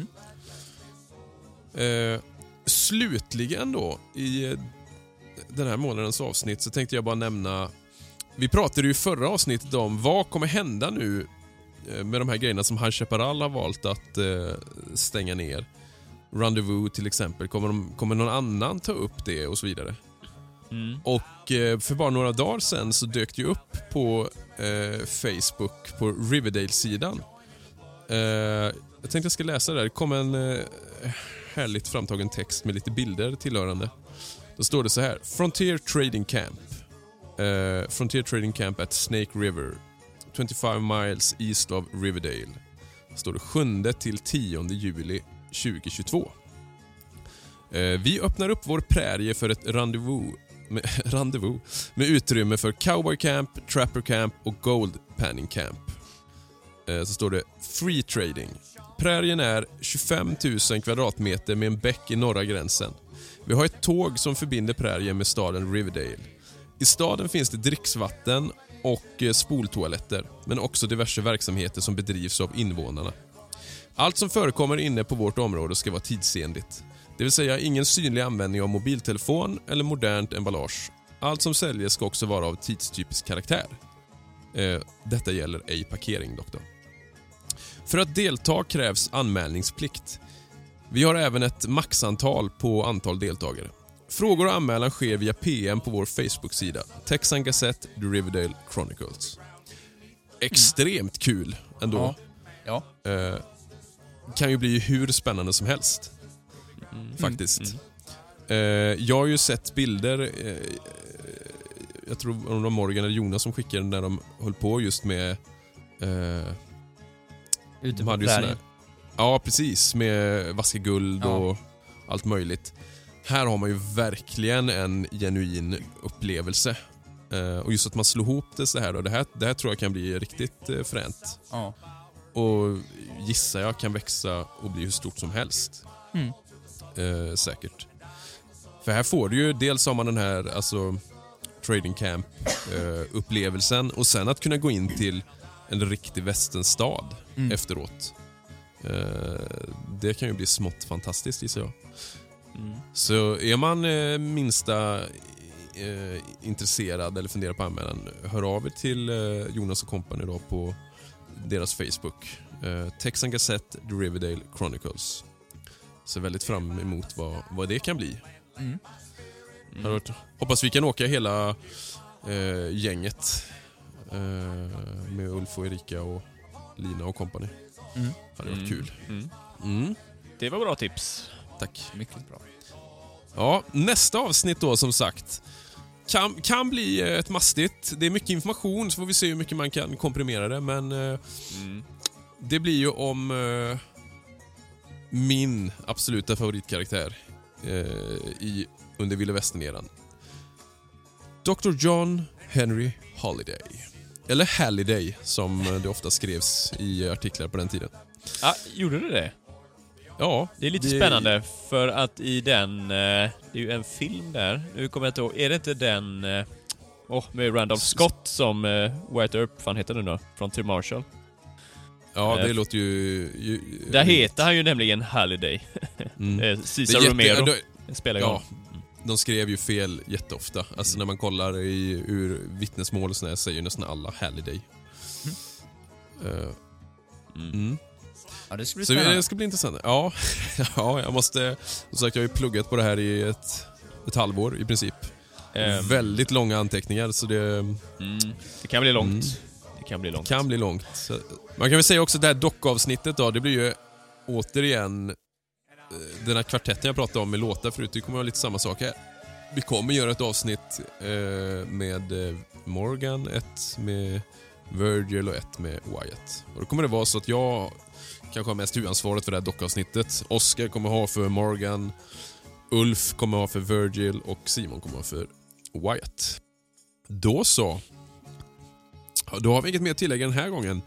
Slutligen då, i den här månadens avsnitt så tänkte jag bara nämna... Vi pratade ju i förra avsnittet om vad kommer hända nu med de här grejerna som High Chaparral har valt att stänga ner. Rendezvous till exempel. Kommer någon annan ta upp det och så vidare? Och för bara några dagar sedan så dök det ju upp på Facebook på Riverdale-sidan. Jag tänkte jag ska läsa det där. Det kom en härligt framtagen text med lite bilder tillhörande. Då står det så här: Frontier Trading Camp. Frontier Trading Camp at Snake River, 25 miles east of Riverdale. Står det 7-10 juli 2022. Vi öppnar upp vår prärie för ett rendezvous med utrymme för Cowboy Camp, Trapper Camp och Gold Panning Camp. Så står det Free Trading. Prärien är 25 000 kvadratmeter med en bäck i norra gränsen. Vi har ett tåg som förbinder prärien med staden Riverdale. I staden finns det dricksvatten och spoltoaletter, men också diverse verksamheter som bedrivs av invånarna. Allt som förekommer inne på vårt område ska vara tidsenligt. Det vill säga ingen synlig användning av mobiltelefon eller modernt emballage. Allt som säljes ska också vara av tidstypisk karaktär. Detta gäller ej parkering dock då. För att delta krävs anmälningsplikt. Vi har även ett maxantal på antal deltagare. Frågor och anmälan sker via PM på vår Facebook-sida Texan Gazette, The Riverdale Chronicles. Extremt kul ändå. Ja. Kan ju bli hur spännande som helst. Faktiskt. Jag har ju sett bilder, jag tror om det var Morgan eller Jonas som skickade när de höll på just med Ute de på hade ju prärien. ja, precis, med vaska guld och allt möjligt. Här har man ju verkligen en genuin upplevelse. Och just att man slår ihop det så här då, det här tror jag kan bli riktigt fränt. Ja. Och gissar jag kan växa och bli hur stort som helst. Säkert. För här får du ju, dels har man den här alltså trading camp upplevelsen och sen att kunna gå in till en riktig västernstad efteråt. Det kan ju bli smått fantastiskt, gissar jag. Så är man minsta intresserad eller funderar på anmälan, hör av er till Jonas och Company då på deras Facebook. Texan Gazette, The Riverdale Chronicles. Så väldigt fram emot vad det kan bli. Hoppas vi kan åka hela gänget med Ulf och Erika och Lina och Company. Det hade varit kul. Det var bra tips. Tack. Mycket bra. Ja, nästa avsnitt då som sagt kan bli ett mastigt. Det är mycket information, så får vi se hur mycket man kan komprimera det. Men det blir ju om min absoluta favoritkaraktär under Vilda Västern-eran. Dr. John Henry Holiday. Eller Halliday, som det ofta skrevs i artiklar på den tiden. Ja, gjorde du det? Ja. Det är lite spännande, för att i den... det är ju en film där. Nu kommer jag inte ihåg. Är det inte den... med Randolph Scott som White Earp, fan heter den då? Frontier Marshall. Ja, det låter ju där heter han ju nämligen Halliday. Cesar Romero spelar ju honom. De skrev ju fel jätteofta. Alltså när man kollar ur vittnesmål och sådär, säger nästan alla Halliday. Ja, det ska bli så spännande. det ska bli intressant. Ja, jag måste... Som sagt, jag har ju pluggat på det här i ett halvår i princip. Väldigt långa anteckningar, så det... Det kan bli långt. Det kan bli långt. Kan bli långt. Så man kan väl säga också det här dockavsnittet då, det blir ju återigen den här kvartetten jag pratade om med låtar förut, det kommer vara lite samma sak här. Vi kommer göra ett avsnitt med Morgan, ett med Virgil och ett med Wyatt. Och då kommer det vara så att jag kanske har mest huvudansvaret för det här dockavsnittet. Oscar kommer ha för Morgan, Ulf kommer ha för Virgil och Simon kommer ha för Wyatt. Då så. Då har vi inget mer tillägg den här gången.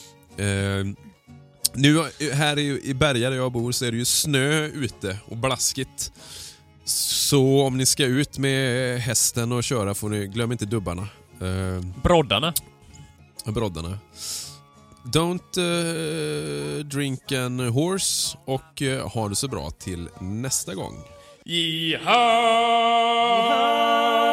Nu här i Berga där jag bor så är det ju snö ute och blaskigt. Så om ni ska ut med hästen och köra får ni glöm inte dubbarna. Broddarna. Broddarna. Don't drink an horse och ha det så bra till nästa gång. Jiha!